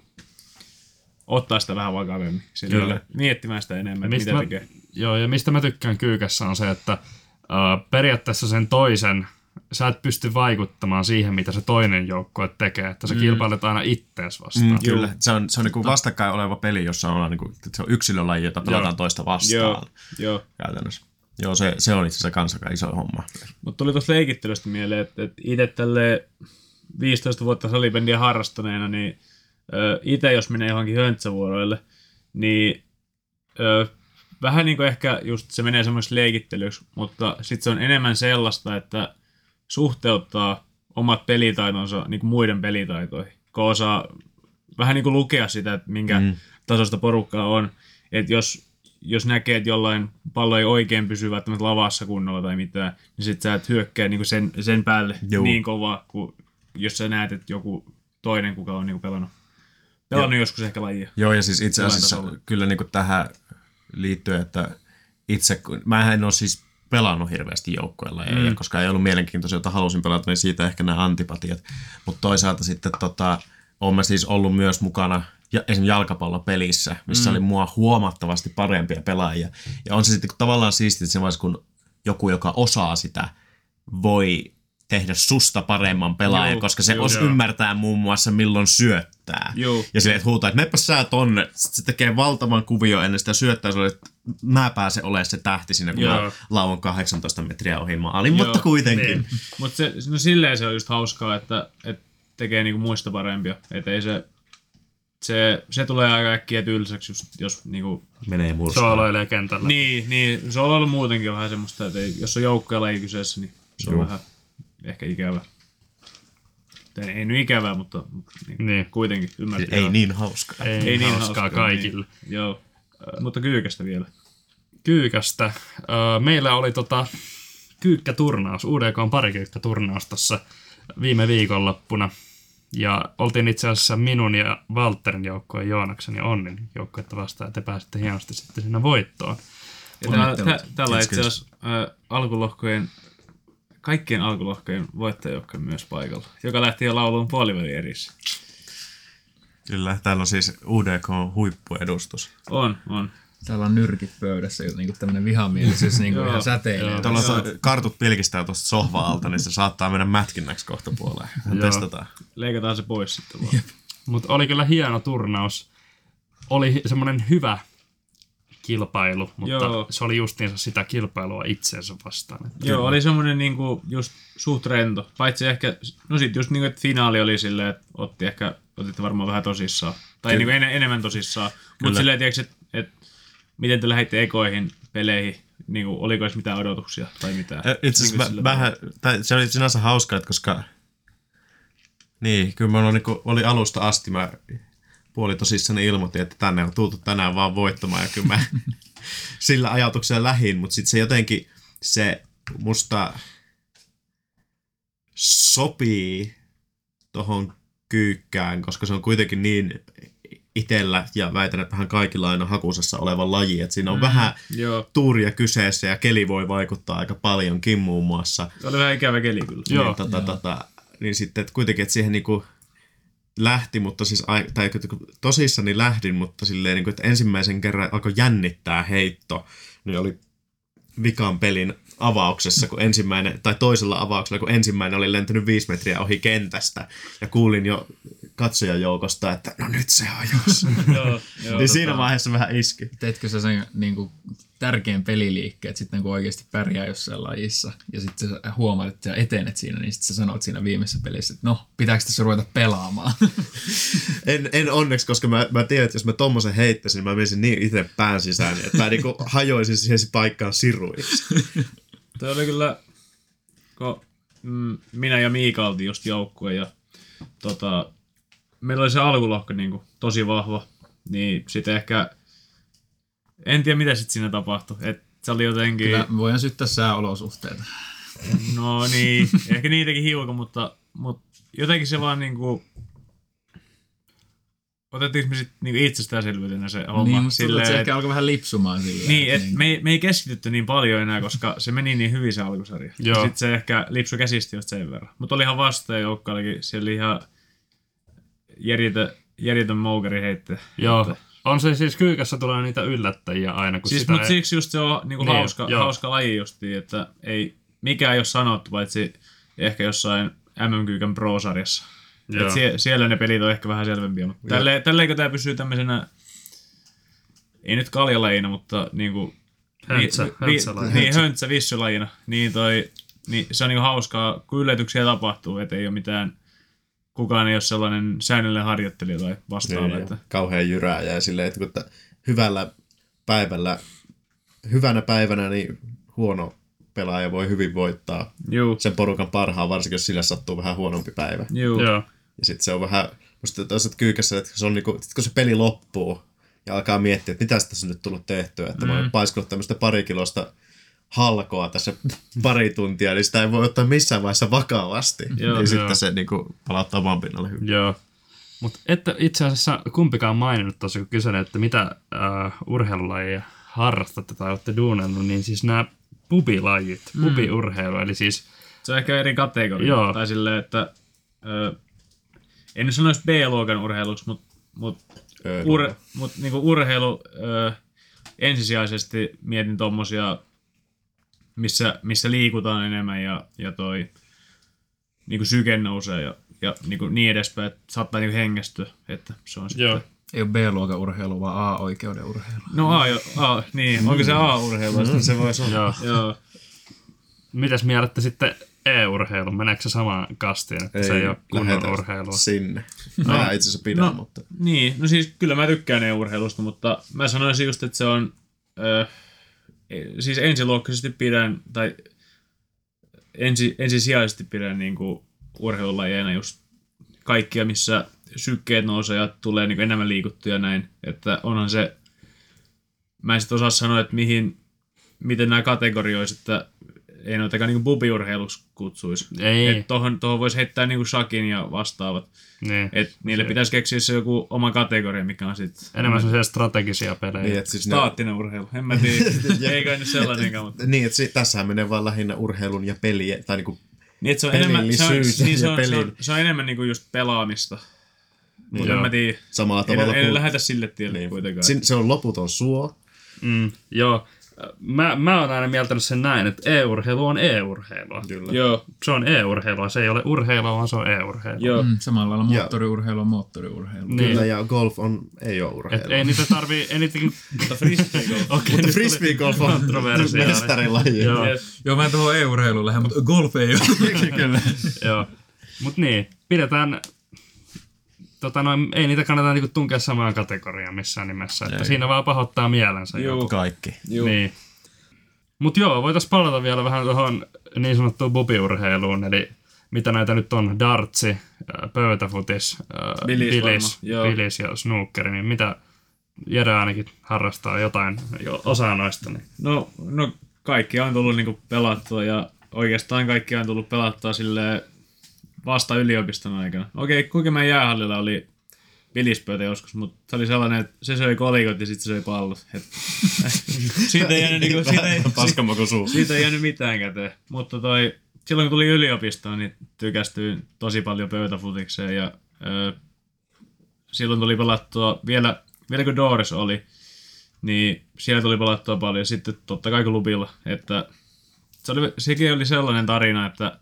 Speaker 3: ottaa sitä vähän vakavemmin. Kyllä. Miettimään sitä enemmän, mitä
Speaker 1: mä,
Speaker 3: tekee.
Speaker 1: Joo, ja mistä mä tykkään Kyykässä on se, että uh, periaatteessa sen toisen, sä et pysty vaikuttamaan siihen, mitä se toinen joukkue tekee, että sä mm. kilpailet aina ittees vastaan.
Speaker 2: Mm, kyllä, se on, se on niinku vastakkain oleva peli, jossa on, niinku, se on yksilölaji, jota pelataan toista vastaan.
Speaker 3: Joo, joo.
Speaker 2: Käytännössä. Joo, se, se on itse asiassa kans aika iso homma.
Speaker 3: Mutta tuli tuosta leikittelystä mieleen, että, että itse tälle viisitoista vuotta salibändiä harrastaneena, niin itse jos menee johonkin höntsävuoroille, niin ö, vähän niin kuin ehkä just se menee semmoisessa leikittelyksi, mutta sitten se on enemmän sellaista, että suhteuttaa omat pelitaitonsa niin kuin muiden pelitaitoihin, kun osaa vähän niin kuin lukea sitä, että minkä mm. tasosta porukkaa on. Että jos, jos näkee, että jollain pallo ei oikein pysy välttämättä lavassa kunnolla tai mitään, niin sitten sä et hyökkää niin kuin sen, sen päälle Joo. niin kovaa, kuin jos sä näet, että joku toinen, kuka on niin kuin pelannut. Pelannut Joo. joskus ehkä lajia.
Speaker 2: Joo, ja siis itse asiassa kyllä niin kuin tähän liittyen, että itse, mä en ole siis pelannut hirveästi joukkueella, mm. koska ei ollut mielenkiintoisia, jota halusin pelata, niin siitä ehkä nämä antipatiat. Mutta toisaalta sitten tota, olen mä siis ollut myös mukana ja, esimerkiksi jalkapallopelissä, missä mm. oli mua huomattavasti parempia pelaajia. Ja on se sitten tavallaan siistiä, se vaiheessa, kun joku, joka osaa sitä, voi tehdä susta paremman pelaajan, Joo, koska se joo, os joo. ymmärtää muun muassa milloin syöttää. Joo. Ja silleen, että huutaa, että meppä sä tonne. Sitten se tekee valtavan kuvio ennen sitä syöttää, se oli, että mä pääsen olemaan se tähti siinä, kun joo. mä lauan kahdeksantoista metriä ohi maalin, mutta kuitenkin. Niin.
Speaker 3: Mutta no silleen se on just hauskaa, että, että tekee niinku muista parempia. Että ei se, se, se tulee aika äkkiä tylsäksi, just, jos niinku
Speaker 2: menee murskaan.
Speaker 1: Sooloilee kentällä.
Speaker 3: Niin, niin, se on ollut muutenkin vähän semmoista, että ei, jos on joukkueella ei kyseessä, niin se on joo. vähän ehkä ikävä. Ei, ei nyt ikävää, mutta niin, niin. kuitenkin ymmärtää.
Speaker 2: Ei niin hauskaa.
Speaker 1: Ei, ei niin hauskaa, hauskaa kaikille.
Speaker 3: Niin. Joo, äh, mutta Kyykästä vielä.
Speaker 1: Kyykästä. Äh, meillä oli tota kyykkäturnaus, U D K:n parikyykkäturnaus tässä viime viikonloppuna. Ja oltiin itse asiassa minun ja Valtterin joukkojen, Joonaksen ja Onnin joukkoetta vastaan, että te pääsitte hienosti sitten siinä voittoon.
Speaker 3: Tällä itse asiassa äh, alkulohkojen Kaikkien alkulohkojen voittajajoukkojen myös paikalla, joka lähti jo lauluun puoliväli erissä.
Speaker 2: Kyllä, täällä on siis U D K-huippuedustus.
Speaker 3: On, on.
Speaker 4: Täällä on nyrkit pöydässä, niin tämmöinen vihamielisyys niin ihan säteilee.
Speaker 2: Täällä on kartut pilkistää tuosta sohva-alta, niin se saattaa mennä mätkinnäksi kohta puoleen. Testataan.
Speaker 3: Leikataan se pois sitten vaan.
Speaker 1: Mutta oli kyllä hieno turnaus. Oli semmoinen hyvä kilpailu, mutta Joo. se oli justiinsa sitä kilpailua itseensä vastaan.
Speaker 3: Että Joo, oli semmoinen niinku just suht rento. Paitsi ehkä, no sit just niinku, että finaali oli silleen, että otti ehkä, otitte varmaan vähän tosissaan. Tai niinku en, enemmän tosissaan. Mutta silleen, tiiäks, että et, miten te lähditte ekoihin peleihin, niinku, oliko edes mitään odotuksia tai mitään?
Speaker 2: Itse asiassa niin vähän, se oli sinänsä hauskaa, koska niin, kyllä mä niinku, oli alusta asti, mä puoli tosissaan ilmoitin, että tänne on tultu tänään vaan voittamaan, ja kyllä mä sillä ajatuksella lähin, mutta sitten se jotenkin, se musta sopii tohon Kyykkään, koska se on kuitenkin niin itsellä, ja väitän, että vähän kaikilla aina hakusessa oleva laji, että siinä on mm, vähän joo. tuuria kyseessä, ja keli voi vaikuttaa aika paljonkin muun muassa.
Speaker 3: Se oli vähän ikävä keli kyllä.
Speaker 2: Niin, joo. Tota, tota, niin sitten, että kuitenkin, että siihen niinku lähti, mutta siis, tai tosissani lähdin, mutta silleen, niin kuin, että ensimmäisen kerran alkoi jännittää heitto, niin oli vikan pelin avauksessa, kun ensimmäinen, tai toisella avauksella, kun ensimmäinen oli lentänyt viisi metriä ohi kentästä, ja kuulin jo katsojajoukosta, että no nyt se hajosi. Niin siinä vaiheessa vähän iski.
Speaker 4: Teetkö sä sen niin kuin, tärkeän peliliikkeet sitten kun oikeasti pärjää jossain lajissa, ja sitten sä huomaat, että sä etenet siinä, niin sitten sä sanot siinä viimeisessä pelissä, että no, pitääkö tässä ruveta pelaamaan?
Speaker 2: en, en onneksi, koska mä, mä tiedän, että jos mä tommosen heittäisin, niin mä menisin niin itse pään sisään, että mä niinku hajoisin siihen paikkaan siruiksi.
Speaker 3: Toi oli kyllä, kun mm, minä ja Miika oltiin just joukkue, ja tota, meillä oli se alkulohko niin kuin, tosi vahva, niin sitten ehkä, en tiedä mitä sitten siinä tapahtui, että se oli jotenkin...
Speaker 4: Kyllä voidaan syttää sääolosuhteita.
Speaker 3: No niin, ehkä niitäkin hiukan, mutta, mutta jotenkin se vaan niinku... otettiinko me sitten niinku itsestäänselvyytenä se homma?
Speaker 4: Niin, musta tuntuu,
Speaker 3: silleen,
Speaker 4: että se
Speaker 3: et-
Speaker 4: ehkä alkoi vähän lipsumaan silleen.
Speaker 3: Niin, et
Speaker 4: niin.
Speaker 3: me, ei, me ei keskitytty niin paljon enää, koska se meni niin hyvin se alkusarja.
Speaker 1: Joo.
Speaker 3: Sitten se ehkä lipsui käsistä just sen verran. Mutta oli ihan vastaajoukkö, olikin siellä oli ihan järjetön, järjetön moukari heitte.
Speaker 1: Joo. On se siis Kyykässä tulee niitä yllättäjiä aina, kun
Speaker 3: Siis,
Speaker 1: sitä
Speaker 3: mutta
Speaker 1: ei...
Speaker 3: siksi just se on niinku
Speaker 1: Niin,
Speaker 3: hauska,
Speaker 1: joo.
Speaker 3: hauska laji justiin, että ei mikään ei ole sanottu, paitsi ehkä jossain M M-kyykän Pro-sarjassa.
Speaker 1: Joo.
Speaker 3: Et sie, siellä ne pelit on ehkä vähän selvempiä, mutta tälleen, tälleenkö tämä pysyy tämmöisenä, ei nyt kaljalajina, mutta niinku...
Speaker 1: Höntsä,
Speaker 3: niin,
Speaker 1: höntsälaji.
Speaker 3: Niin, höntsä, vissylajina. Niin, toi, niin se on niinku hauskaa, kun yllätyksiä tapahtuu, että ei ole mitään... Kukaan ei ole sellainen säännöllinen harjoittelija tai vastaava.
Speaker 2: Niin,
Speaker 3: Että...
Speaker 2: kauhean jyrääjä ja silleen, että, kun että hyvällä päivällä, hyvänä päivänä niin huono pelaaja voi hyvin voittaa
Speaker 3: Juu,
Speaker 2: sen porukan parhaan, varsinkin jos sille sattuu vähän huonompi päivä.
Speaker 3: juu.
Speaker 1: Joo.
Speaker 2: Ja sitten se on vähän, musta toisaalta Kyykässä, että se on niinku, sit kun se peli loppuu ja alkaa miettiä, että mitä tässä on nyt tullut tehtyä, että mm. mä oon paiskunut tämmöistä parikilosta halkoa tässä pari tuntia, niin sitä ei voi ottaa missään vaiheessa vakavasti.
Speaker 3: Joo,
Speaker 2: niin
Speaker 1: joo.
Speaker 2: sitten se niinku palauttaa oman pinnalle hyvin.
Speaker 1: Joo. Mutta että itse asiassa kumpikaan maininnut tuossa, kun kyselin, että mitä äh, urheilulajia harrastatte tai olette duunannut, niin siis nämä pubilajit, mm. pubiurheilu, eli siis...
Speaker 3: Se on ehkä eri kategoria.
Speaker 1: Joo.
Speaker 3: Tai silleen, että... Ö, en nyt sanoisi B-luokan urheiluksi, mutta mut,
Speaker 2: Öö,
Speaker 3: ur, mut niinku urheilu ö, ensisijaisesti mietin tommosia, missä, missä liikutaan enemmän ja, ja toi niinku syke nousee ja, ja niinku niin edespäin, että saattaa niinku hengästyä. Että se on
Speaker 1: Joo.
Speaker 3: sitten...
Speaker 4: Ei ole B-luokan urheilu, vaan A-oikeuden urheilu.
Speaker 3: No A, jo, A niin. Onko se A-urheilu? Mm. Se voisi olla.
Speaker 1: Joo.
Speaker 3: Joo.
Speaker 1: Mitäs mielette sitten E-urheilu? Meneekö se samaan kastiin, että se ei ole kunnon
Speaker 2: lähetä
Speaker 1: urheilua?
Speaker 2: sinne. Mä itse asiassa pidän,
Speaker 3: no,
Speaker 2: mutta...
Speaker 3: Niin, no siis kyllä mä tykkään e-urheilusta, mutta mä sanoisin just, että se on, ö, siis ensiluokkaisesti pidän, tai ensi, ensisijaisesti pidän niinku urheilulajeina just kaikkia, missä sykkeet nousee ja tulee niinku enemmän liikuttua ja näin, että onhan se, mä en sit osaa sanoa, että mihin, miten nämä kategorioisivat, että ei noitakaan niinku bubiurheiluksi kutsuisi.
Speaker 1: Ei.
Speaker 3: Että tohon, tohon voisi heittää niinku shakin ja vastaavat.
Speaker 1: Niin.
Speaker 3: Et niille pitäisi keksiä se joku oma kategoria, mikä on sitten
Speaker 1: Enemmän sellaisia strategisia pelejä.
Speaker 2: Niin, että siis ne,
Speaker 3: staattinen urheilu. En mä tiedä, ei kai nyt sellainenkaan, mutta...
Speaker 2: niin, että si- tässähän menee vaan lähinnä urheilun ja pelien, tai niinku
Speaker 3: Niin, että se on enemmän, se on,
Speaker 2: pelillisyys
Speaker 3: niin, se
Speaker 2: ja
Speaker 3: on, se on,
Speaker 2: pelin.
Speaker 3: se on enemmän niinku just pelaamista. Mutta en
Speaker 1: Joo.
Speaker 3: mä tiedä.
Speaker 2: samalla
Speaker 3: En,
Speaker 2: tavalla
Speaker 3: en
Speaker 2: kuin...
Speaker 3: lähetä sille tielle
Speaker 2: Niin.
Speaker 3: kuitenkaan.
Speaker 2: Sin- se on loputon suo.
Speaker 1: Mm, joo. Mä, mä oon aina mieltänyt sen näin, että e-urheilu on e-urheilua.
Speaker 2: Kyllä.
Speaker 3: Joo,
Speaker 1: Se on e-urheilua, se ei ole urheilua, vaan se on e-urheilua.
Speaker 3: joo.
Speaker 4: Mm, samalla lailla
Speaker 2: Ja-
Speaker 4: moottoriurheilu on moottoriurheilu.
Speaker 1: Niin.
Speaker 2: Kyllä, ja golf on, ei ole
Speaker 1: Et
Speaker 2: urheilua.
Speaker 1: ei niitä tarvii, ei niitäkin...
Speaker 3: Mutta frisbee golf.
Speaker 1: Okei,
Speaker 2: Mutta frisbee golf on
Speaker 1: kontroversiaali.
Speaker 2: mestarilaji.
Speaker 1: Joo.
Speaker 3: Yes.
Speaker 4: Joo, mä en tuohon e-urheiluun lähde, mutta golf ei ole.
Speaker 2: Kyllä.
Speaker 1: Joo. Mut niin, pidetään... Tota noin, ei niitä kannata niinku tunkea samaan kategoriaan missään nimessä. Että
Speaker 2: Ei.
Speaker 1: siinä vaan pahoittaa mielensä.
Speaker 3: Joo.
Speaker 2: Kaikki.
Speaker 3: Joo.
Speaker 1: Niin. Mut joo, voitais palata vielä vähän tuohon niin sanottuun bubiurheiluun, eli mitä näitä nyt on, dartsi, äh, pöytäfutis, äh,
Speaker 3: Bilis
Speaker 1: bilis,
Speaker 3: varmaan, joo.
Speaker 1: bilis ja snookeri, niin mitä Jere ainakin harrastaa jotain, jo, osaa noista. Niin.
Speaker 3: No, no kaikki on tullut niinku pelattua ja oikeastaan kaikki on tullut pelattua silleen vasta yliopiston aikana. Okei, kuinka meidän jäähallilla oli bilispöytä joskus, mutta se oli sellainen, että se söi kolikot ja sitten se söi pallot. Et, siitä ei jäänyt, niinku, siitä ei,
Speaker 2: Paskamaku suu.
Speaker 3: siitä ei jäänyt mitään käteen. Mutta toi, silloin kun tuli yliopistoon, niin tykästyin tosi paljon pöytäfutikseen ja ö, silloin tuli pelattua, vielä, vielä kun Doors oli, niin siellä tuli pelattua paljon. Sitten totta kai klubilla. Että se oli, sekin oli sellainen tarina, että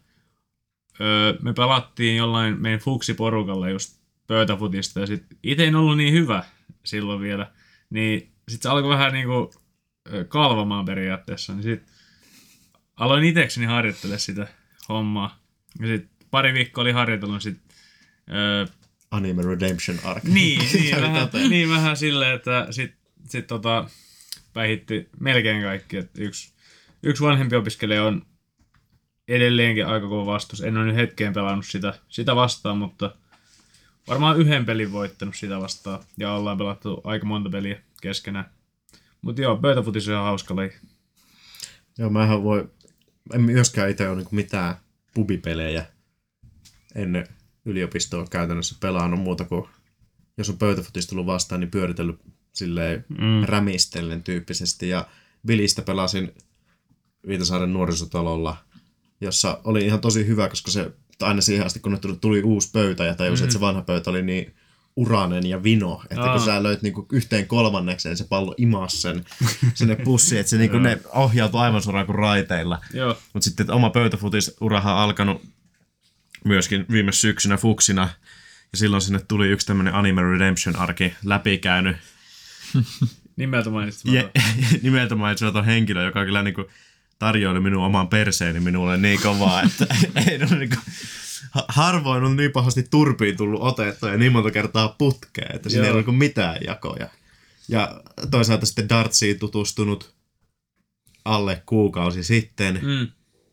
Speaker 3: öö, me pelattiin jollain meidän fuksiporukalla just pöytäfutista ja sit itse en ollut niin hyvä silloin vielä, niin sit se alkoi vähän niinku ö, kalvamaan periaatteessa, niin sit aloin itekseni harjoittelemaan sitä hommaa. Ja sit pari viikkoa oli harjoitellut sit öö,
Speaker 2: Anime Redemption Arc.
Speaker 3: niin, niin, vähän, niin vähän silleen, että sit, sit tota, päihitti melkein kaikki. Et yksi, yksi vanhempi opiskelija on edelleenkin aika kova vastus. En ole nyt hetkeen pelannut sitä, sitä vastaan, mutta varmaan yhden pelin voittanut sitä vastaan. Ja ollaan pelattu aika monta peliä keskenään. Mutta joo, pöytäfutis on ihan hauska laji.
Speaker 2: Joo, mähän voi... En myöskään itse ole niinku mitään pubipelejä ennen yliopistoa käytännössä pelannut muuta kuin jos on pöytäfutista tullut vastaan, niin pyöritellyt silleen mm. rämistellen tyyppisesti. Ja Bilistä pelasin Viitasaaren nuorisotalolla, jossa oli ihan tosi hyvä, koska se aina siihen asti, kun tuli uusi pöytä ja tajusi, mm. että se vanha pöytä oli niin uranen ja vino, että Aa. kun sä löit niinku yhteen kolmannekseen, se pallo imas sen sinne pussiin, että se niinku ne ohjautui aivan suoraan kuin raiteilla. Mutta sitten oma pöytäfutisurahan on alkanut myöskin viime syksynä fuksina, ja silloin sinne tuli yksi tämmöinen Anime Redemption-arki läpikäynyt.
Speaker 3: Nimeltä mainitsematon.
Speaker 2: Nimeltä mainitsematon henkilö, joka kyllä niinku tarjoili minun oman perseeni minulle niin kovaa, että ei ole niinku harvoin on niin pahasti turpiin tullut otettua ja niin monta kertaa putkeen, että siinä ei ole mitään jakoja. Ja toisaalta sitten dartsiin tutustunut alle kuukausi sitten mm.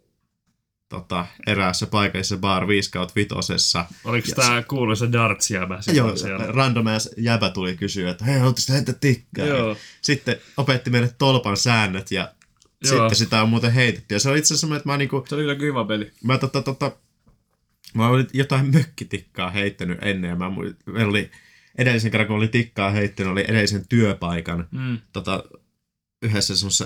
Speaker 2: tota, eräässä paikallisessa bar viisi kautta vitosessa.
Speaker 1: Oliko tämä kuuluisa darts-jäbä?
Speaker 2: Joo, random ass jäbä tuli kysyä, että hei, haluatteko sitä heittää tikkaa? Sitten opetti meille tolpan säännöt ja Joo. sitten sitä on muuten heitetty. Ja se oli itse asiassa semmoinen, että mä niinku...
Speaker 3: Se oli kyllä kiva peli.
Speaker 2: Mä tota tota... Mä olin jotain mökkitikkaa heittänyt ennen ja mä, meillä oli edellisen kerran, kun olin tikkaa heittänyt, oli edellisen työpaikan mm. tota, yhdessä semmoisessa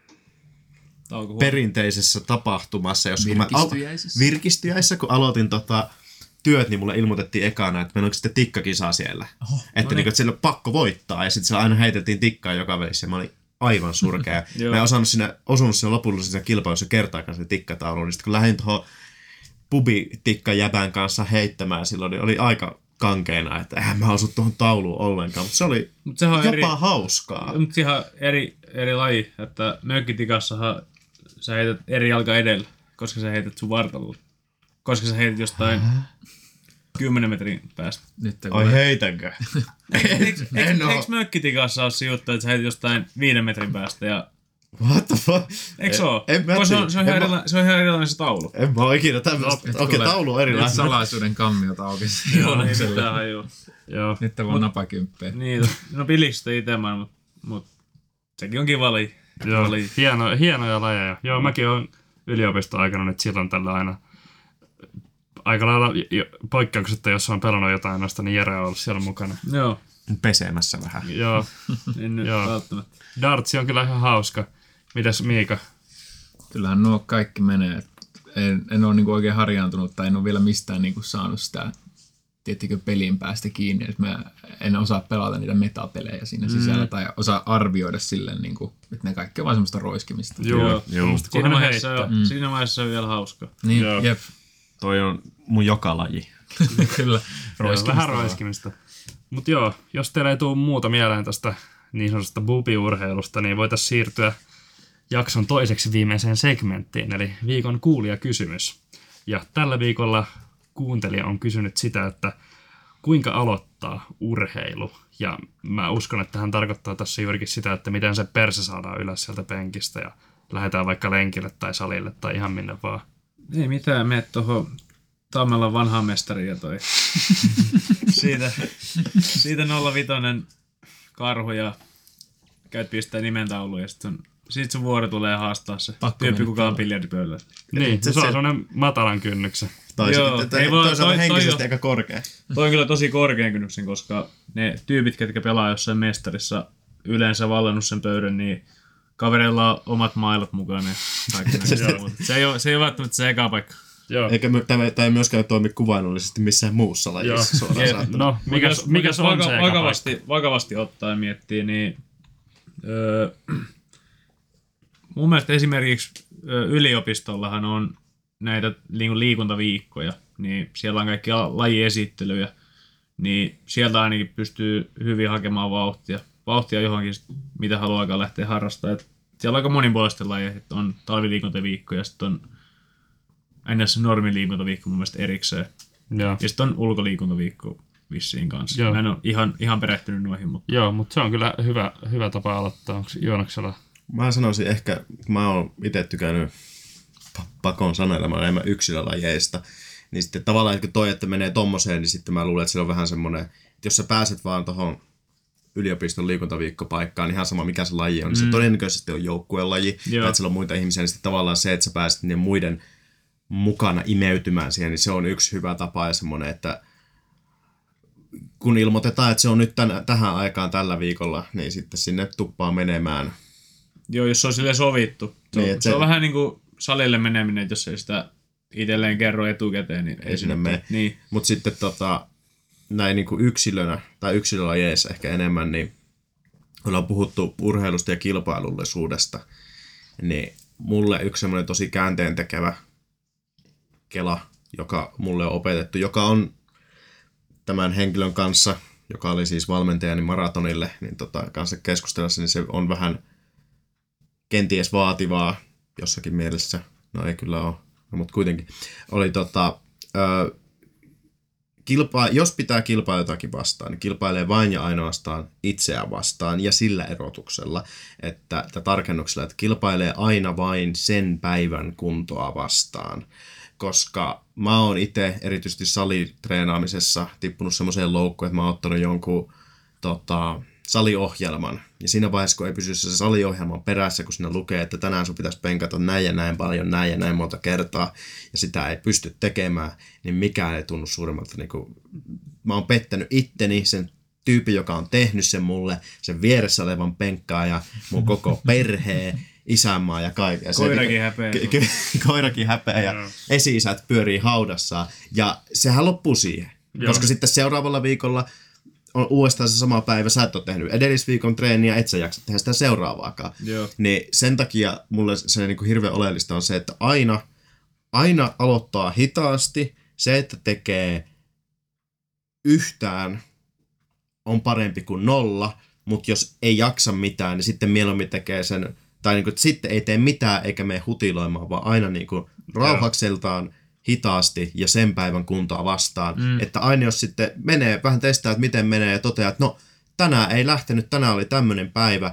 Speaker 2: perinteisessä tapahtumassa. Jos
Speaker 4: virkistyjäisessä.
Speaker 2: Mä, al- virkistyjäisessä, kun aloitin tota, työt, niin mulle ilmoitettiin ekana, että meillä onko sitten tikkakisaa siellä. Oho, että, no niin. niin, että siellä on pakko voittaa ja sitten siellä aina heitettiin tikkaa joka välissä ja mä olin aivan surkea. Mä en osannut siinä, osunut siinä lopullisessa kilpailussa kertaakaan se tikkataulu, niin sitten kun lähdin tuohon pubitikka-jäbän kanssa heittämään silloin, niin oli aika kankeena, että eihän mä osu tuohon tauluun ollenkaan, mutta se oli Mut jopa eri, hauskaa.
Speaker 3: Mutta se ihan eri, eri laji, että mökkitikassahan sä heität eri jalka edellä, koska sä heität sun vartalolla. Koska sä heität jostain kymmenen metrin päästä.
Speaker 2: Nyt Ai heitänkö?
Speaker 3: Eikö mökkitikassa ole se juttu, että sä heität jostain viiden metrin päästä ja
Speaker 2: What the fuck?
Speaker 3: Eikö se ole? Se on, se, on erila- se on ihan erilainen se taulu.
Speaker 2: En mä ole ikinä tämmöistä. Okei, okay, taulu on erilainen.
Speaker 4: Nyt salaisuuden kammiota aukesi.
Speaker 3: Joo, niin pitää joo.
Speaker 4: Joo. Nyt on vaan napakymppejä.
Speaker 3: Niin, no pilistä itse mä, mutta mut, sekin on kiva laji.
Speaker 1: Joo, hieno, hienoja lajeja. Joo, mm. mäkin olen yliopistoaikana nyt silloin tällä aina aika lailla poikkeuksetta, jos on pelannut jotain noista, niin Jere on ollut siellä mukana.
Speaker 3: Joo.
Speaker 2: Pesemässä vähän.
Speaker 1: Joo.
Speaker 3: En nyt Joo. välttämättä.
Speaker 1: Dartsi on kyllä ihan hauska. Mitäs Miika?
Speaker 4: Kyllähän nuo kaikki menee. En, en ole niinku oikein harjaantunut tai en ole vielä mistään niinku saanut sitä tiettikö pelin päästä kiinni. Et mä en osaa pelata niitä metapelejä siinä mm. sisällä tai osaa arvioida silleen, niinku, että ne kaikki on vaan semmoista roiskimista.
Speaker 3: Joo, Joo. Joo. Siinä, vaiheessa on, mm. siinä vaiheessa on vielä hauska.
Speaker 4: Niin, Joo. Jep.
Speaker 2: Toi on mun joka laji.
Speaker 4: Kyllä.
Speaker 1: Roiskimista. Vähän roiskimista. Mutta joo, jos teillä ei tule muuta mieleen tästä niin sanotusta bubi-urheilusta, niin voitaisiin siirtyä jakson toiseksi viimeiseen segmenttiin, eli viikon kuulijakysymys. Ja tällä viikolla kuuntelija on kysynyt sitä, että kuinka aloittaa urheilu. Ja mä uskon, että hän tarkoittaa tässä juurikin sitä, että miten se perse saadaan ylös sieltä penkistä ja lähdetään vaikka lenkille tai salille tai ihan minne vaan.
Speaker 3: Ei mitään, mene tuohon Tammelan vanhaan mestariin ja toi. siitä, siitä nolla viisi karhu ja käyt pistää nimentauluun ja sitten sit sun vuoro tulee haastaa se. Tyyppi kukaan on biljardipöydällä.
Speaker 1: Niin, se, se on sellainen matalan kynnyksen.
Speaker 2: Tai Joo, sitten ei toisaalta toi, henkisesti toi, aika korkea.
Speaker 3: Toi on kyllä tosi korkean kynnyksen, koska ne tyypit, ketkä pelaa jossain mestarissa yleensä vallannut sen pöydän, niin kavereilla on omat mailat mukana. se, ei ole, se ei ole välttämättä se eka paikka.
Speaker 2: Joo. Eikä tämä, tämä ei myöskään toimi kuvainnollisesti missään muussa lajissa suoraan saattuna.
Speaker 1: No, mikä, mikä, mikä se on
Speaker 3: vaka,
Speaker 1: se
Speaker 3: vakavasti, vakavasti ottaen miettii, niin öö, mun mielestä esimerkiksi yliopistollahan on näitä liikuntaviikkoja, niin siellä on kaikki lajiesittelyjä, niin sieltä ainakin pystyy hyvin hakemaan vauhtia, vauhtia johonkin, mitä haluaakaan lähteä harrastamaan. Et siellä on aika monipuolisesti lajeja, että on talviliikuntaviikko ja sitten on ns. Normiliikuntaviikko mun mielestä erikseen. Ja, ja sitten on ulkoliikuntaviikko vissiin kanssa. Joo. Mä en ole ihan, ihan perehtynyt noihin. Mutta...
Speaker 1: Joo, mutta se on kyllä hyvä, hyvä tapa aloittaa. Onko Joonaksella?
Speaker 2: Mä sanoisin ehkä, mä oon itse tykännyt pakon sanelemaan enemmän yksilölajeista, niin sitten tavallaan, että kun toi, että menee tommoseen, niin sitten mä luulen, että se on vähän semmoinen, että jos sä pääset vaan tohon yliopiston liikuntaviikkopaikkaan, niin ihan sama mikä se laji on, niin se mm. todennäköisesti on joukkuelaji, tai että siellä on muita ihmisiä, niin sitten tavallaan se, että sä pääset niiden muiden mukana imeytymään siihen, niin se on yksi hyvä tapa ja semmoinen, että kun ilmoitetaan, että se on nyt tänä, tähän aikaan tällä viikolla, niin sitten sinne tuppaa menemään.
Speaker 3: Joo, jos se on silleen sovittu. Se,
Speaker 2: Niin,
Speaker 3: on,
Speaker 2: se-
Speaker 3: se on vähän niin kuin salille meneminen, että jos ei sitä itselleen kerro etukäteen, niin ei,
Speaker 2: Ei sinne mene.
Speaker 3: Niin.
Speaker 2: Mutta sitten tota, näin niin kuin yksilönä, tai yksilölajeissa ehkä enemmän, niin ollaan puhuttu urheilusta ja kilpailullisuudesta, niin mulle yksi semmoinen tosi käänteentekevä kela, joka mulle on opetettu, joka on tämän henkilön kanssa, joka oli siis valmentajani maratonille, niin tota, kanssa keskustellessa, niin se on vähän kenties vaativaa jossakin mielessä. No ei kyllä ole, no, mutta kuitenkin. Oli tota, ö, kilpa- jos pitää kilpailla jotakin vastaan, niin kilpailee vain ja ainoastaan itseään vastaan ja sillä erotuksella, että, että tarkennuksella, että kilpailee aina vain sen päivän kuntoa vastaan. Koska mä oon itse erityisesti salitreenaamisessa tippunut semmoiseen loukkuun, että mä oon ottanut jonkun tota, saliohjelman. Ja siinä vaiheessa, kun ei pysy se saliohjelman perässä, kun siinä lukee, että tänään sun pitäisi penkata näin ja näin paljon, näin ja näin monta kertaa, ja sitä ei pysty tekemään, niin mikään ei tunnu suuremmalta. Niin kuin, mä oon pettänyt itteni, sen tyypin, joka on tehnyt sen mulle, sen vieressä olevan penkkaaja, mun koko perheen, isänmaa ja kaikkea.
Speaker 3: Koirakin häpeä.
Speaker 2: Ky- ky- koirakin häpeä ja esi-isät pyörii haudassaan. Ja sehän loppuu siihen.
Speaker 1: Joo.
Speaker 2: Koska sitten seuraavalla viikolla on uudestaan se sama päivä, sä et ole tehnyt edellisviikon treeniä, et sä jaksa tehdä sitä seuraavaakaan.
Speaker 3: Joo.
Speaker 2: Niin sen takia mulle se niin kuin hirveän oleellista on se, että aina, aina aloittaa hitaasti. Se, että tekee yhtään, on parempi kuin nolla, mutta jos ei jaksa mitään, niin sitten mieluummin tekee sen, tai niin kuin, että sitten ei tee mitään eikä mene hutiloimaan, vaan aina niin kuin rauhakseltaan hitaasti ja sen päivän kuntoa vastaan. Mm. Että aina jos sitten menee, vähän testaa, että miten menee ja toteaa, että no tänään ei lähtenyt, tänään oli tämmöinen päivä,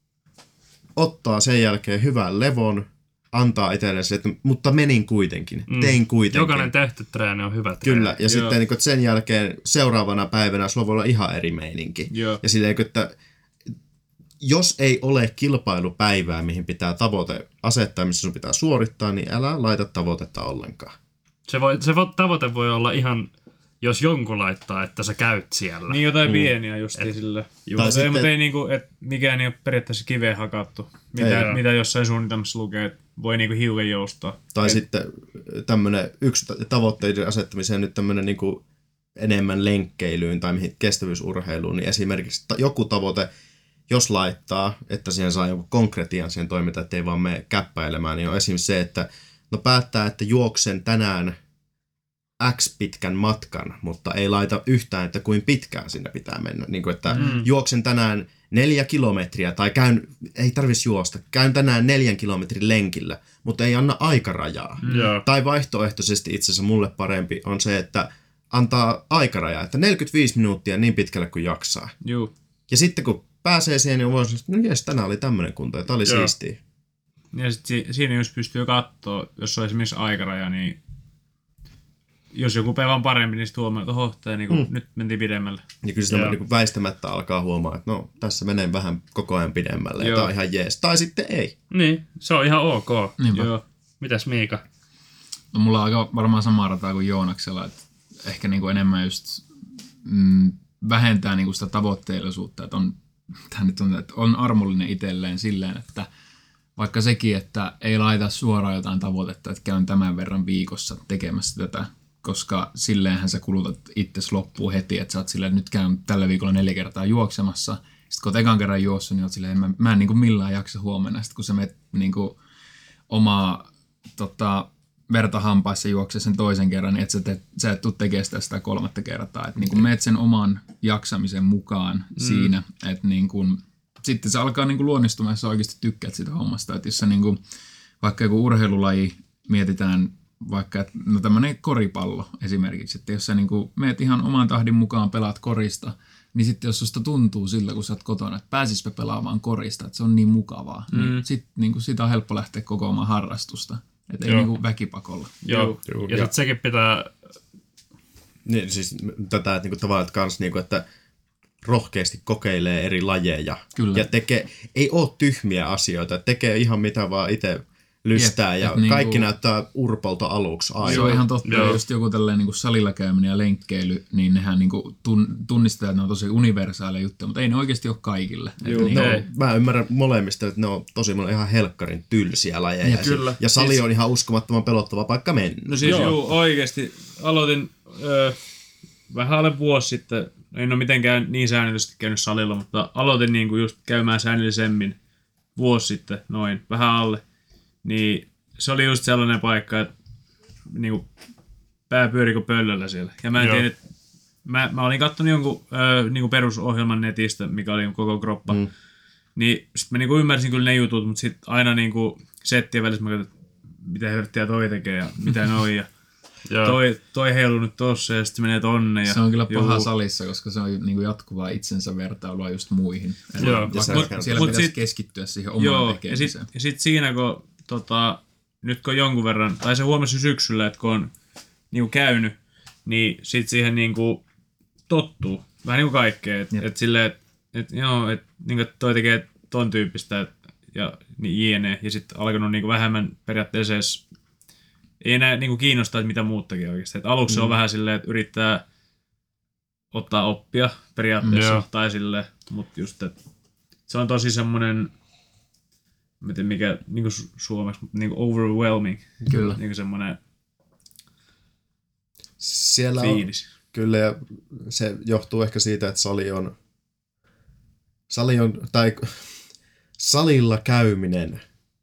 Speaker 2: ottaa sen jälkeen hyvän levon, antaa itselleen se, että mutta menin kuitenkin, mm. tein kuitenkin.
Speaker 1: Jokainen tehty treeni on hyvä treeni.
Speaker 2: Kyllä, ja
Speaker 3: Joo.
Speaker 2: sitten niin kuin, että sen jälkeen seuraavana päivänä sulla voi olla ihan eri meininki.
Speaker 3: Joo.
Speaker 2: Ja silleen, että jos ei ole kilpailupäivää, mihin pitää tavoite asettaa, missä sun pitää suorittaa, niin älä laita tavoitetta ollenkaan.
Speaker 1: Se, voi, se voi, tavoite voi olla ihan, jos jonkun laittaa, että sä käyt siellä.
Speaker 3: Niin jotain mm. pieniä justiin sille.
Speaker 1: Juu.
Speaker 3: Mutta
Speaker 2: sitten-
Speaker 3: ei, mutta ei niinku, et mikään ei ole periaatteessa kiveen hakattu. Mitä,
Speaker 2: Ei.
Speaker 3: mitä jossain suunnitelmassa lukee, että voi niinku hiukan joustaa.
Speaker 2: Tai
Speaker 3: Et-
Speaker 2: sitten tämmöinen yksi ta- tavoitteiden asettamiseen nyt tämmöinen niin kuin enemmän lenkkeilyyn tai mihin kestävyysurheiluun, niin esimerkiksi ta- joku tavoite, jos laittaa, että siihen saa joku konkretian siihen toimintaan, ettei vaan mene käppäilemään, niin on esimerkiksi se, että no päättää, että juoksen tänään X pitkän matkan, mutta ei laita yhtään, että kuin pitkään sinne pitää mennä. Niin kuin, että mm. juoksen tänään neljä kilometriä, tai käyn, ei tarvitsisi juosta, käyn tänään neljän kilometrin lenkillä, mutta ei anna aikarajaa.
Speaker 1: Mm. Joo.
Speaker 2: Tai vaihtoehtoisesti itse asiassa mulle parempi on se, että antaa aikarajaa, että neljäkymmentäviisi minuuttia niin pitkälle kuin jaksaa.
Speaker 3: Juu.
Speaker 2: Ja sitten kun pääsee siihen, niin voi sanoa, että no jes, tänään oli tämmöinen kunto, ja tää oli
Speaker 1: Joo.
Speaker 2: siistiä.
Speaker 3: Ja sit si- siinä jos pystyy katsoa, jos on esimerkiksi aikaraja, niin jos joku päivä on parempi, niin sitten huomaa, että oho, tää niinku, mm. nyt mentiin pidemmälle.
Speaker 2: Ja kyllä sitä
Speaker 1: Joo.
Speaker 2: niin väistämättä alkaa huomaa, että no tässä menee vähän koko ajan pidemmälle, ja
Speaker 3: Joo.
Speaker 2: tää on ihan jees. Tai sitten ei.
Speaker 1: Niin, se on ihan ok.
Speaker 4: Niinpä.
Speaker 3: Joo.
Speaker 1: Mitäs Miika?
Speaker 4: No, mulla on aika varmaan sama rataa kuin Joonaksella, että ehkä niinku enemmän just mm, vähentää niinku sitä tavoitteellisuutta, että on, tää nyt on, että on armollinen itselleen silleen, että vaikka sekin, että ei laita suoraan jotain tavoitetta, että käyn tämän verran viikossa tekemässä tätä, koska silleenhän sä kulutat itsesi loppuun heti, että sä oot silleen, että nyt käyn tällä viikolla neljä kertaa juoksemassa. Sitten kun oot ekan kerran juossut, niin oot silleen, mä, mä en niin kuin millään jaksa huomenna. Sitten kun sä menet niin kuin omaa tota, verta hampaissa juoksee sen toisen kerran, niin et sä, te, sä et tuu tekemään sitä, sitä kolmatta kertaa. Että niin kuin meet sen oman jaksamisen mukaan mm. siinä, että niin kuin, sitten se alkaa niin kuin luonnistumaan, jos sä oikeasti tykkäät sitä hommasta. Että jos sä niin kuin, vaikka joku urheilulaji mietitään, vaikka että, no tämmöinen koripallo esimerkiksi, että jos sä niin kuin meet ihan oman tahdin mukaan, pelaat korista, niin sitten jos susta tuntuu sillä, kun sä oot kotona, että pääsispä pelaamaan korista, että se on niin mukavaa, mm. niin sitten niin kuin sitä on helppo lähteä kokoamaan harrastusta. Että ei
Speaker 1: Joo.
Speaker 4: niin kuin väkipakolla.
Speaker 1: Joo.
Speaker 2: Joo.
Speaker 1: Ja
Speaker 2: Ja-
Speaker 1: sitten sekin pitää,
Speaker 2: Niin, siis tätä, että niinku, tavallaan, että, kans, niinku, että rohkeasti kokeilee eri lajeja.
Speaker 4: Kyllä.
Speaker 2: Ja tekee, ei ole tyhmiä asioita, tekee ihan mitä vaan itse lystää
Speaker 4: Jep,
Speaker 2: ja
Speaker 4: et niinku-
Speaker 2: kaikki näyttää urpolta aluksi
Speaker 4: Se on
Speaker 2: aivan.
Speaker 4: ihan totta.
Speaker 1: Joo.
Speaker 4: Just joku tällainen niin kuin salilla käyminen ja lenkkeily, niin nehän niin kuin tun, tunnistetaan, että ne on tosi universaaleja juttuja, mutta ei ne oikeasti ole kaikille. Että
Speaker 3: Joo.
Speaker 4: niin
Speaker 2: No,
Speaker 4: kuin-
Speaker 2: mä ymmärrän molemmista, että ne on tosi monen ihan helkkarin tylsiä lajeja. Ja,
Speaker 3: kyllä.
Speaker 2: ja sali
Speaker 3: Siis-
Speaker 2: on ihan uskomattoman pelottava paikka mennä.
Speaker 3: No siis joo, juu, oikeesti aloitin öö, vähän alle vuosi sitten, en ole mitenkään niin säännöllisesti käynyt salilla, mutta aloitin niinku just käymään säännöllisemmin vuosi sitten, noin, vähän alle. Niin se oli just sellainen paikka, että niinku pää pyöri kuin pöllöllä siellä. Ja mä en
Speaker 1: Joo.
Speaker 3: tiedä, että mä, mä olin kattonut jonkun öö, niinku perusohjelman netistä, mikä oli koko kroppa. Mm. Niin sit mä niinku ymmärsin kyllä ne jutut, mutta sit aina niinku settien välissä mä katsoin, että mitä hörttiä toi tekee ja mitä noi ja
Speaker 1: Joo.
Speaker 3: toi, toi heiluu nyt tossa ja sitten se menee tonne. Ja
Speaker 4: Se on kyllä paha
Speaker 3: juu.
Speaker 4: salissa, koska se on niin kuin jatkuvaa itsensä vertailua just muihin. Eli
Speaker 1: Joo.
Speaker 4: vaikka
Speaker 2: Ja se-
Speaker 4: siellä
Speaker 3: mut
Speaker 4: pitäisi
Speaker 3: sit-
Speaker 4: keskittyä siihen omaan
Speaker 3: Joo, ja
Speaker 4: tekemiseen.
Speaker 3: sitten ja sit siinä kun tota, nyt kun jonkun verran, tai se huomasi syksyllä, että kun on niinku käynyt, niin sit siihen niinku tottuu. Vähän niinku kaikkea. Että et silleen, että et, joo, että niinku, et toi tekee ton tyyppistä et, ja niin jne. Ja sitten alkanut niinku vähemmän periaatteessa edes, ei enää niinku kiinnostaa, että mitä muut tekee oikeasti. Et aluksi mm. se on vähän silleen, että yrittää ottaa oppia periaatteessa,
Speaker 1: Joo.
Speaker 3: tai silleen, mutta just, että se on tosi semmoinen, mä en tiedä mikä, niinku su- suomeksi, mutta niinku overwhelming.
Speaker 4: Kyllä.
Speaker 3: Niinku semmoinen
Speaker 2: Siellä on,
Speaker 3: fiilis.
Speaker 2: kyllä, ja se johtuu ehkä siitä, että sali on, sali on, tai salilla käyminen,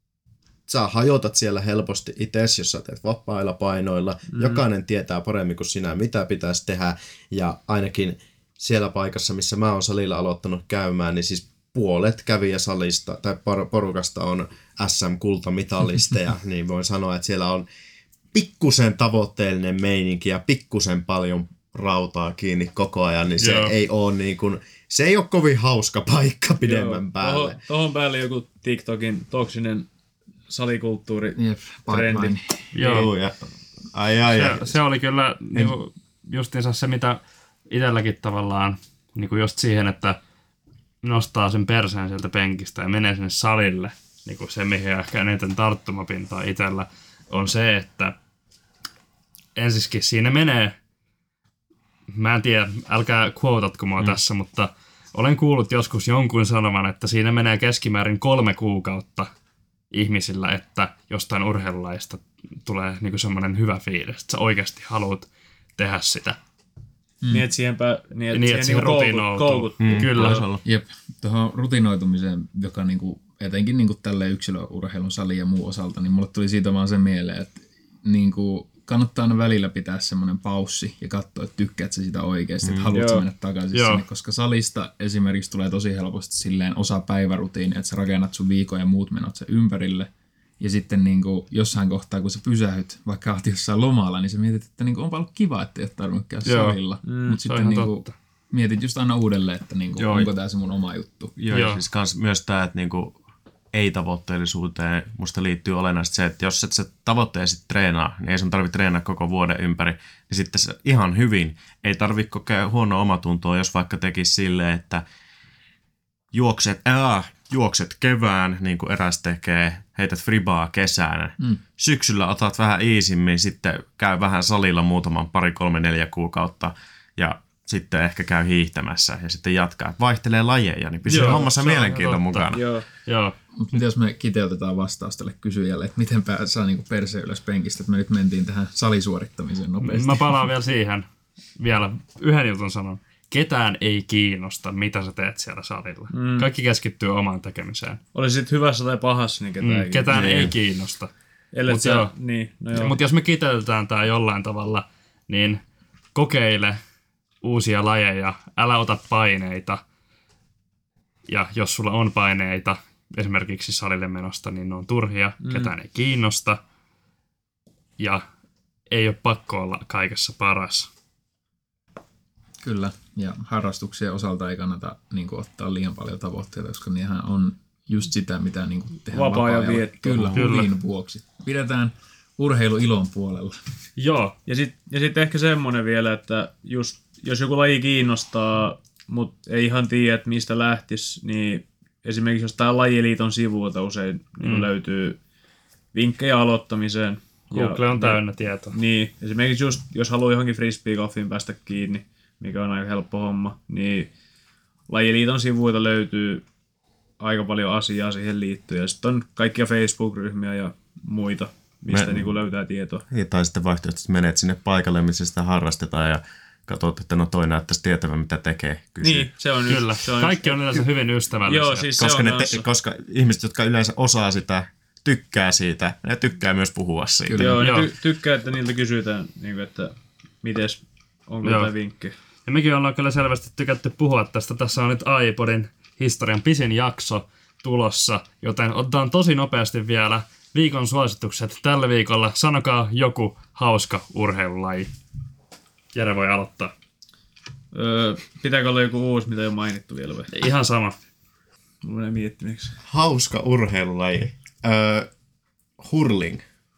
Speaker 2: sä hajotat siellä helposti itses, jos sä teet vapailla painoilla. Mm. Jokainen tietää paremmin kuin sinä, mitä pitäisi tehdä. Ja ainakin siellä paikassa, missä mä oon salilla aloittanut käymään, niin siis puolet kävijäsalista tai por- porukasta on S M-kultamitalisteja. Niin voin sanoa, että siellä on pikkusen tavoitteellinen meininki ja pikkusen paljon rautaa kiinni koko ajan. Niin se
Speaker 1: Joo.
Speaker 2: ei ole niin kuin, se ei ole kovin hauska paikka pidemmän
Speaker 3: Joo,
Speaker 2: päälle.
Speaker 3: Tohon, tohon päälle joku TikTokin toksinen salikulttuuri.
Speaker 4: Jep,
Speaker 3: Trendi.
Speaker 4: pipeline.
Speaker 1: Joo.
Speaker 2: Joo, ja, ai, ai, ai.
Speaker 1: Se, se oli kyllä niinku, justiinsa se, mitä itselläkin tavallaan niinku just siihen, että nostaa sen perseen sieltä penkistä ja menee sinne salille. Niinku se, mihin on ehkä eniten tarttumapintaa itsellä, on se, että ensiskin siinä menee, mä en tiedä, älkää quotatko mua mm. tässä, mutta olen kuullut joskus jonkun sanovan, että siinä menee keskimäärin kolme kuukautta ihmisillä, että jostain urheilulajista tulee niinku semmoinen hyvä fiilis, että sä oikeasti haluat tehdä sitä.
Speaker 3: Mm. Niin, että siihen, pää, niin, että
Speaker 1: Niin,
Speaker 3: siihen,
Speaker 1: että siihen
Speaker 3: niinku
Speaker 1: rutinoituu.
Speaker 3: koukuttuu.
Speaker 1: Mm, kyllä.
Speaker 2: Voisi olla.
Speaker 4: Jep, tuohon rutinoitumiseen, joka niinku, etenkin niinku tälle yksilöurheilun salin ja muu osalta, niin mulle tuli siitä vaan se mieleen, että niinku, kannattaa aina välillä pitää semmoinen paussi ja katsoa, että tykkäät sä sitä oikeasti, että haluat sä
Speaker 3: Joo.
Speaker 4: mennä takaisin
Speaker 1: Joo.
Speaker 4: sinne, koska salista esimerkiksi tulee tosi helposti silleen osa päivärutiinia, että sä rakennat sun viikon ja muut menot sen ympärille. Ja sitten niin kuin jossain kohtaa, kun sä pysähyt, vaikka oot jossain lomalla, niin sä mietit, että niin kuin, onpa ollut kiva, että ei ole tarvinnut käydä
Speaker 1: Joo.
Speaker 4: salilla.
Speaker 3: Mm,
Speaker 4: Mutta sitten
Speaker 1: ihan
Speaker 4: niin kuin,
Speaker 1: totta.
Speaker 4: mietit just aina uudelleen, että niin kuin,
Speaker 1: Joo.
Speaker 4: onko tämä se mun oma juttu.
Speaker 2: Joo,
Speaker 1: Joo.
Speaker 2: ja siis kans myös tämä, että niinku ei-tavoitteellisuuteen musta liittyy olennaisesti se, että jos et sä tavoitteellisesti treenaa, niin ei sun tarvitse treenaa koko vuoden ympäri, niin sitten se ihan hyvin ei tarvitse kokea huonoa omatuntoa, jos vaikka tekisi silleen, että juokset, ää, juokset kevään, niin kuin eräs tekee, heität fribaa kesänä.
Speaker 4: Mm.
Speaker 2: Syksyllä otat vähän iisimmin, sitten käy vähän salilla muutaman pari, kolme, neljä kuukautta ja sitten ehkä käy hiihtämässä ja sitten jatkaa. Vaihtelee lajeja, niin pysyy
Speaker 1: Joo,
Speaker 2: hommassa
Speaker 1: se on
Speaker 2: mielenkiinto
Speaker 1: totta.
Speaker 2: mukana.
Speaker 3: Joo.
Speaker 1: Joo.
Speaker 4: Mutta jos me kiteytetään vastaus tälle kysyjälle, että miten pää saa niin perse ylös penkistä, että me nyt mentiin tähän salisuorittamiseen nopeasti.
Speaker 1: Mä palaan vielä siihen. Vielä yhden jutun sanon. Ketään ei kiinnosta, mitä sä teet siellä salilla. Mm. Kaikki keskittyy omaan tekemiseen.
Speaker 3: Oli sit hyvässä tai pahassa, niin ketään
Speaker 1: Mm,
Speaker 3: ei
Speaker 1: ketään
Speaker 3: kiinnosta.
Speaker 1: ei kiinnosta.
Speaker 3: Ellet
Speaker 1: Mut
Speaker 3: sä,
Speaker 1: joo.
Speaker 3: niin, no joo.
Speaker 1: Mutta jos me kiteytetään tää jollain tavalla, niin kokeile uusia lajeja, älä ota paineita. Ja jos sulla on paineita, esimerkiksi salille menosta, niin ne on turhia, mm. ketään ei kiinnosta. Ja ei ole pakko olla kaikessa paras.
Speaker 4: Kyllä, ja harrastuksien osalta ei kannata niin kuin, ottaa liian paljon tavoitteita, koska nehän on just sitä, mitä niin kuin, tehdään
Speaker 3: Vapaa-ajan
Speaker 4: vapaa-ajalla.
Speaker 3: vietto.
Speaker 4: Kyllä,
Speaker 1: Kyllä.
Speaker 4: huvin vuoksi. Pidetään urheilu ilon puolella.
Speaker 1: Joo.
Speaker 3: Ja sitten ja sit ehkä semmoinen vielä, että just, jos joku laji kiinnostaa, mutta ei ihan tiedä, että mistä lähtisi, niin esimerkiksi jostain lajiliiton sivuilta usein niin
Speaker 1: Mm.
Speaker 3: löytyy vinkkejä aloittamiseen.
Speaker 1: Google on täynnä tietoa.
Speaker 3: Niin, esimerkiksi just, jos haluaa johonkin frisbeegolfiin päästä kiinni, mikä on aika helppo homma, niin Lajiliiton sivuilta löytyy aika paljon asiaa siihen liittyen. Ja sitten on kaikkia Facebook-ryhmiä ja muita, mistä
Speaker 2: Me,
Speaker 3: niin kuin löytää tietoa.
Speaker 2: Niin, tai sitten vaihtoehtoisesti menet sinne paikalle, missä sitä harrastetaan ja katsot, että no toi näyttäisi tietävän, mitä tekee. Kysyy.
Speaker 3: Niin, se on
Speaker 1: Kyllä,
Speaker 3: just, se on
Speaker 1: kaikki
Speaker 3: just,
Speaker 1: on yleensä hyvin ystävällisiä.
Speaker 3: Joo, siis
Speaker 2: koska,
Speaker 3: se on
Speaker 2: ne
Speaker 3: kanssa.
Speaker 2: te, koska ihmiset, jotka yleensä osaa sitä, tykkää siitä, ne tykkää myös puhua siitä.
Speaker 4: Kyllä.
Speaker 3: Joo, ne
Speaker 1: Joo.
Speaker 3: ty- tykkää, että niiltä kysytään, niin kuin, että mites, onko
Speaker 1: Joo.
Speaker 3: jotain vinkkejä.
Speaker 1: Ja mekin ollaan kyllä selvästi tykätty puhua tästä. Tässä on nyt iPodin historian pisin jakso tulossa, joten otetaan tosi nopeasti vielä viikon suositukset tällä viikolla. Sanokaa joku hauska urheilulaji. Jere voi aloittaa.
Speaker 3: Öö, pitääkö olla joku uusi, mitä ei ole mainittu vielä vai?
Speaker 1: Ihan sama.
Speaker 3: Mulla menee miettineeksi.
Speaker 2: Hauska urheilulaji. Öö, hurling.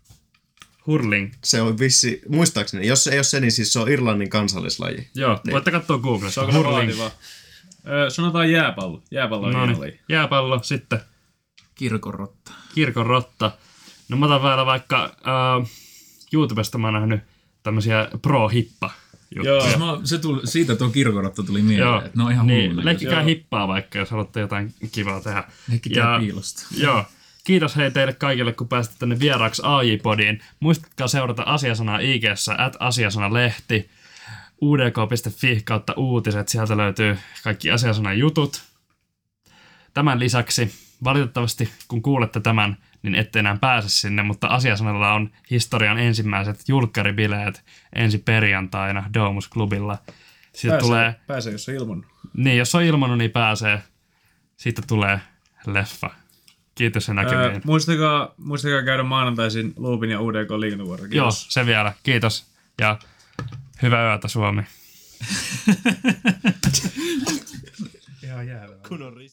Speaker 1: Hurling.
Speaker 2: Se on vissi, muistaakseni, jos se ei ole se, niin siis se on Irlannin kansallislaji.
Speaker 1: Joo,
Speaker 2: Niin.
Speaker 1: voitte katsoa Googlesta.
Speaker 3: Se on kyllä
Speaker 1: Hurling.
Speaker 3: vaativaa. Öö, sanotaan jääpallo. Jääpallo on
Speaker 1: No
Speaker 3: hieno
Speaker 1: niin,
Speaker 3: laji.
Speaker 1: jääpallo, sitten
Speaker 4: Kirkonrotta.
Speaker 1: kirkon rotta. No mä otan vielä vaikka äh, YouTubesta mä oon nähnyt tämmösiä pro-hippa juttuja.
Speaker 3: Joo.
Speaker 4: Mä, se tuli, siitä tuo kirkonrotta tuli mieleen,
Speaker 1: Joo.
Speaker 4: että ne on ihan
Speaker 1: niin,
Speaker 4: hullun
Speaker 1: leikkikää
Speaker 3: Joo.
Speaker 1: hippaa vaikka, jos haluatte jotain kivaa tehdä.
Speaker 4: Leikkikää
Speaker 1: Ja-
Speaker 4: piilosta.
Speaker 1: Joo. Kiitos hei teille kaikille, kun pääsitte tänne vieraaksi A J-podiin. Muistatkaa seurata Asiasanaa I G:ssä, at Asiasana-lehti, u d k piste f i kautta uutiset. Sieltä löytyy kaikki Asiasanan jutut. Tämän lisäksi, valitettavasti kun kuulette tämän, niin ette enää pääse sinne, mutta Asiasanalla on historian ensimmäiset julkkaribileet ensi perjantaina Domus Clubilla. Siitä
Speaker 3: Pääsee,
Speaker 1: tulee,
Speaker 3: pääsee, jos on ilman.
Speaker 1: niin jos on ilmanut, niin pääsee. Siitä tulee leffa. Kiitos ja näkemiin.
Speaker 3: Öö, muistakaa, muistakaa käydä maanantaisin Loopin ja U D K liikuntavuorolla.
Speaker 1: Joo,
Speaker 3: Kiitos.
Speaker 1: se vielä. Kiitos. Ja hyvää yötä Suomi.
Speaker 2: Kun on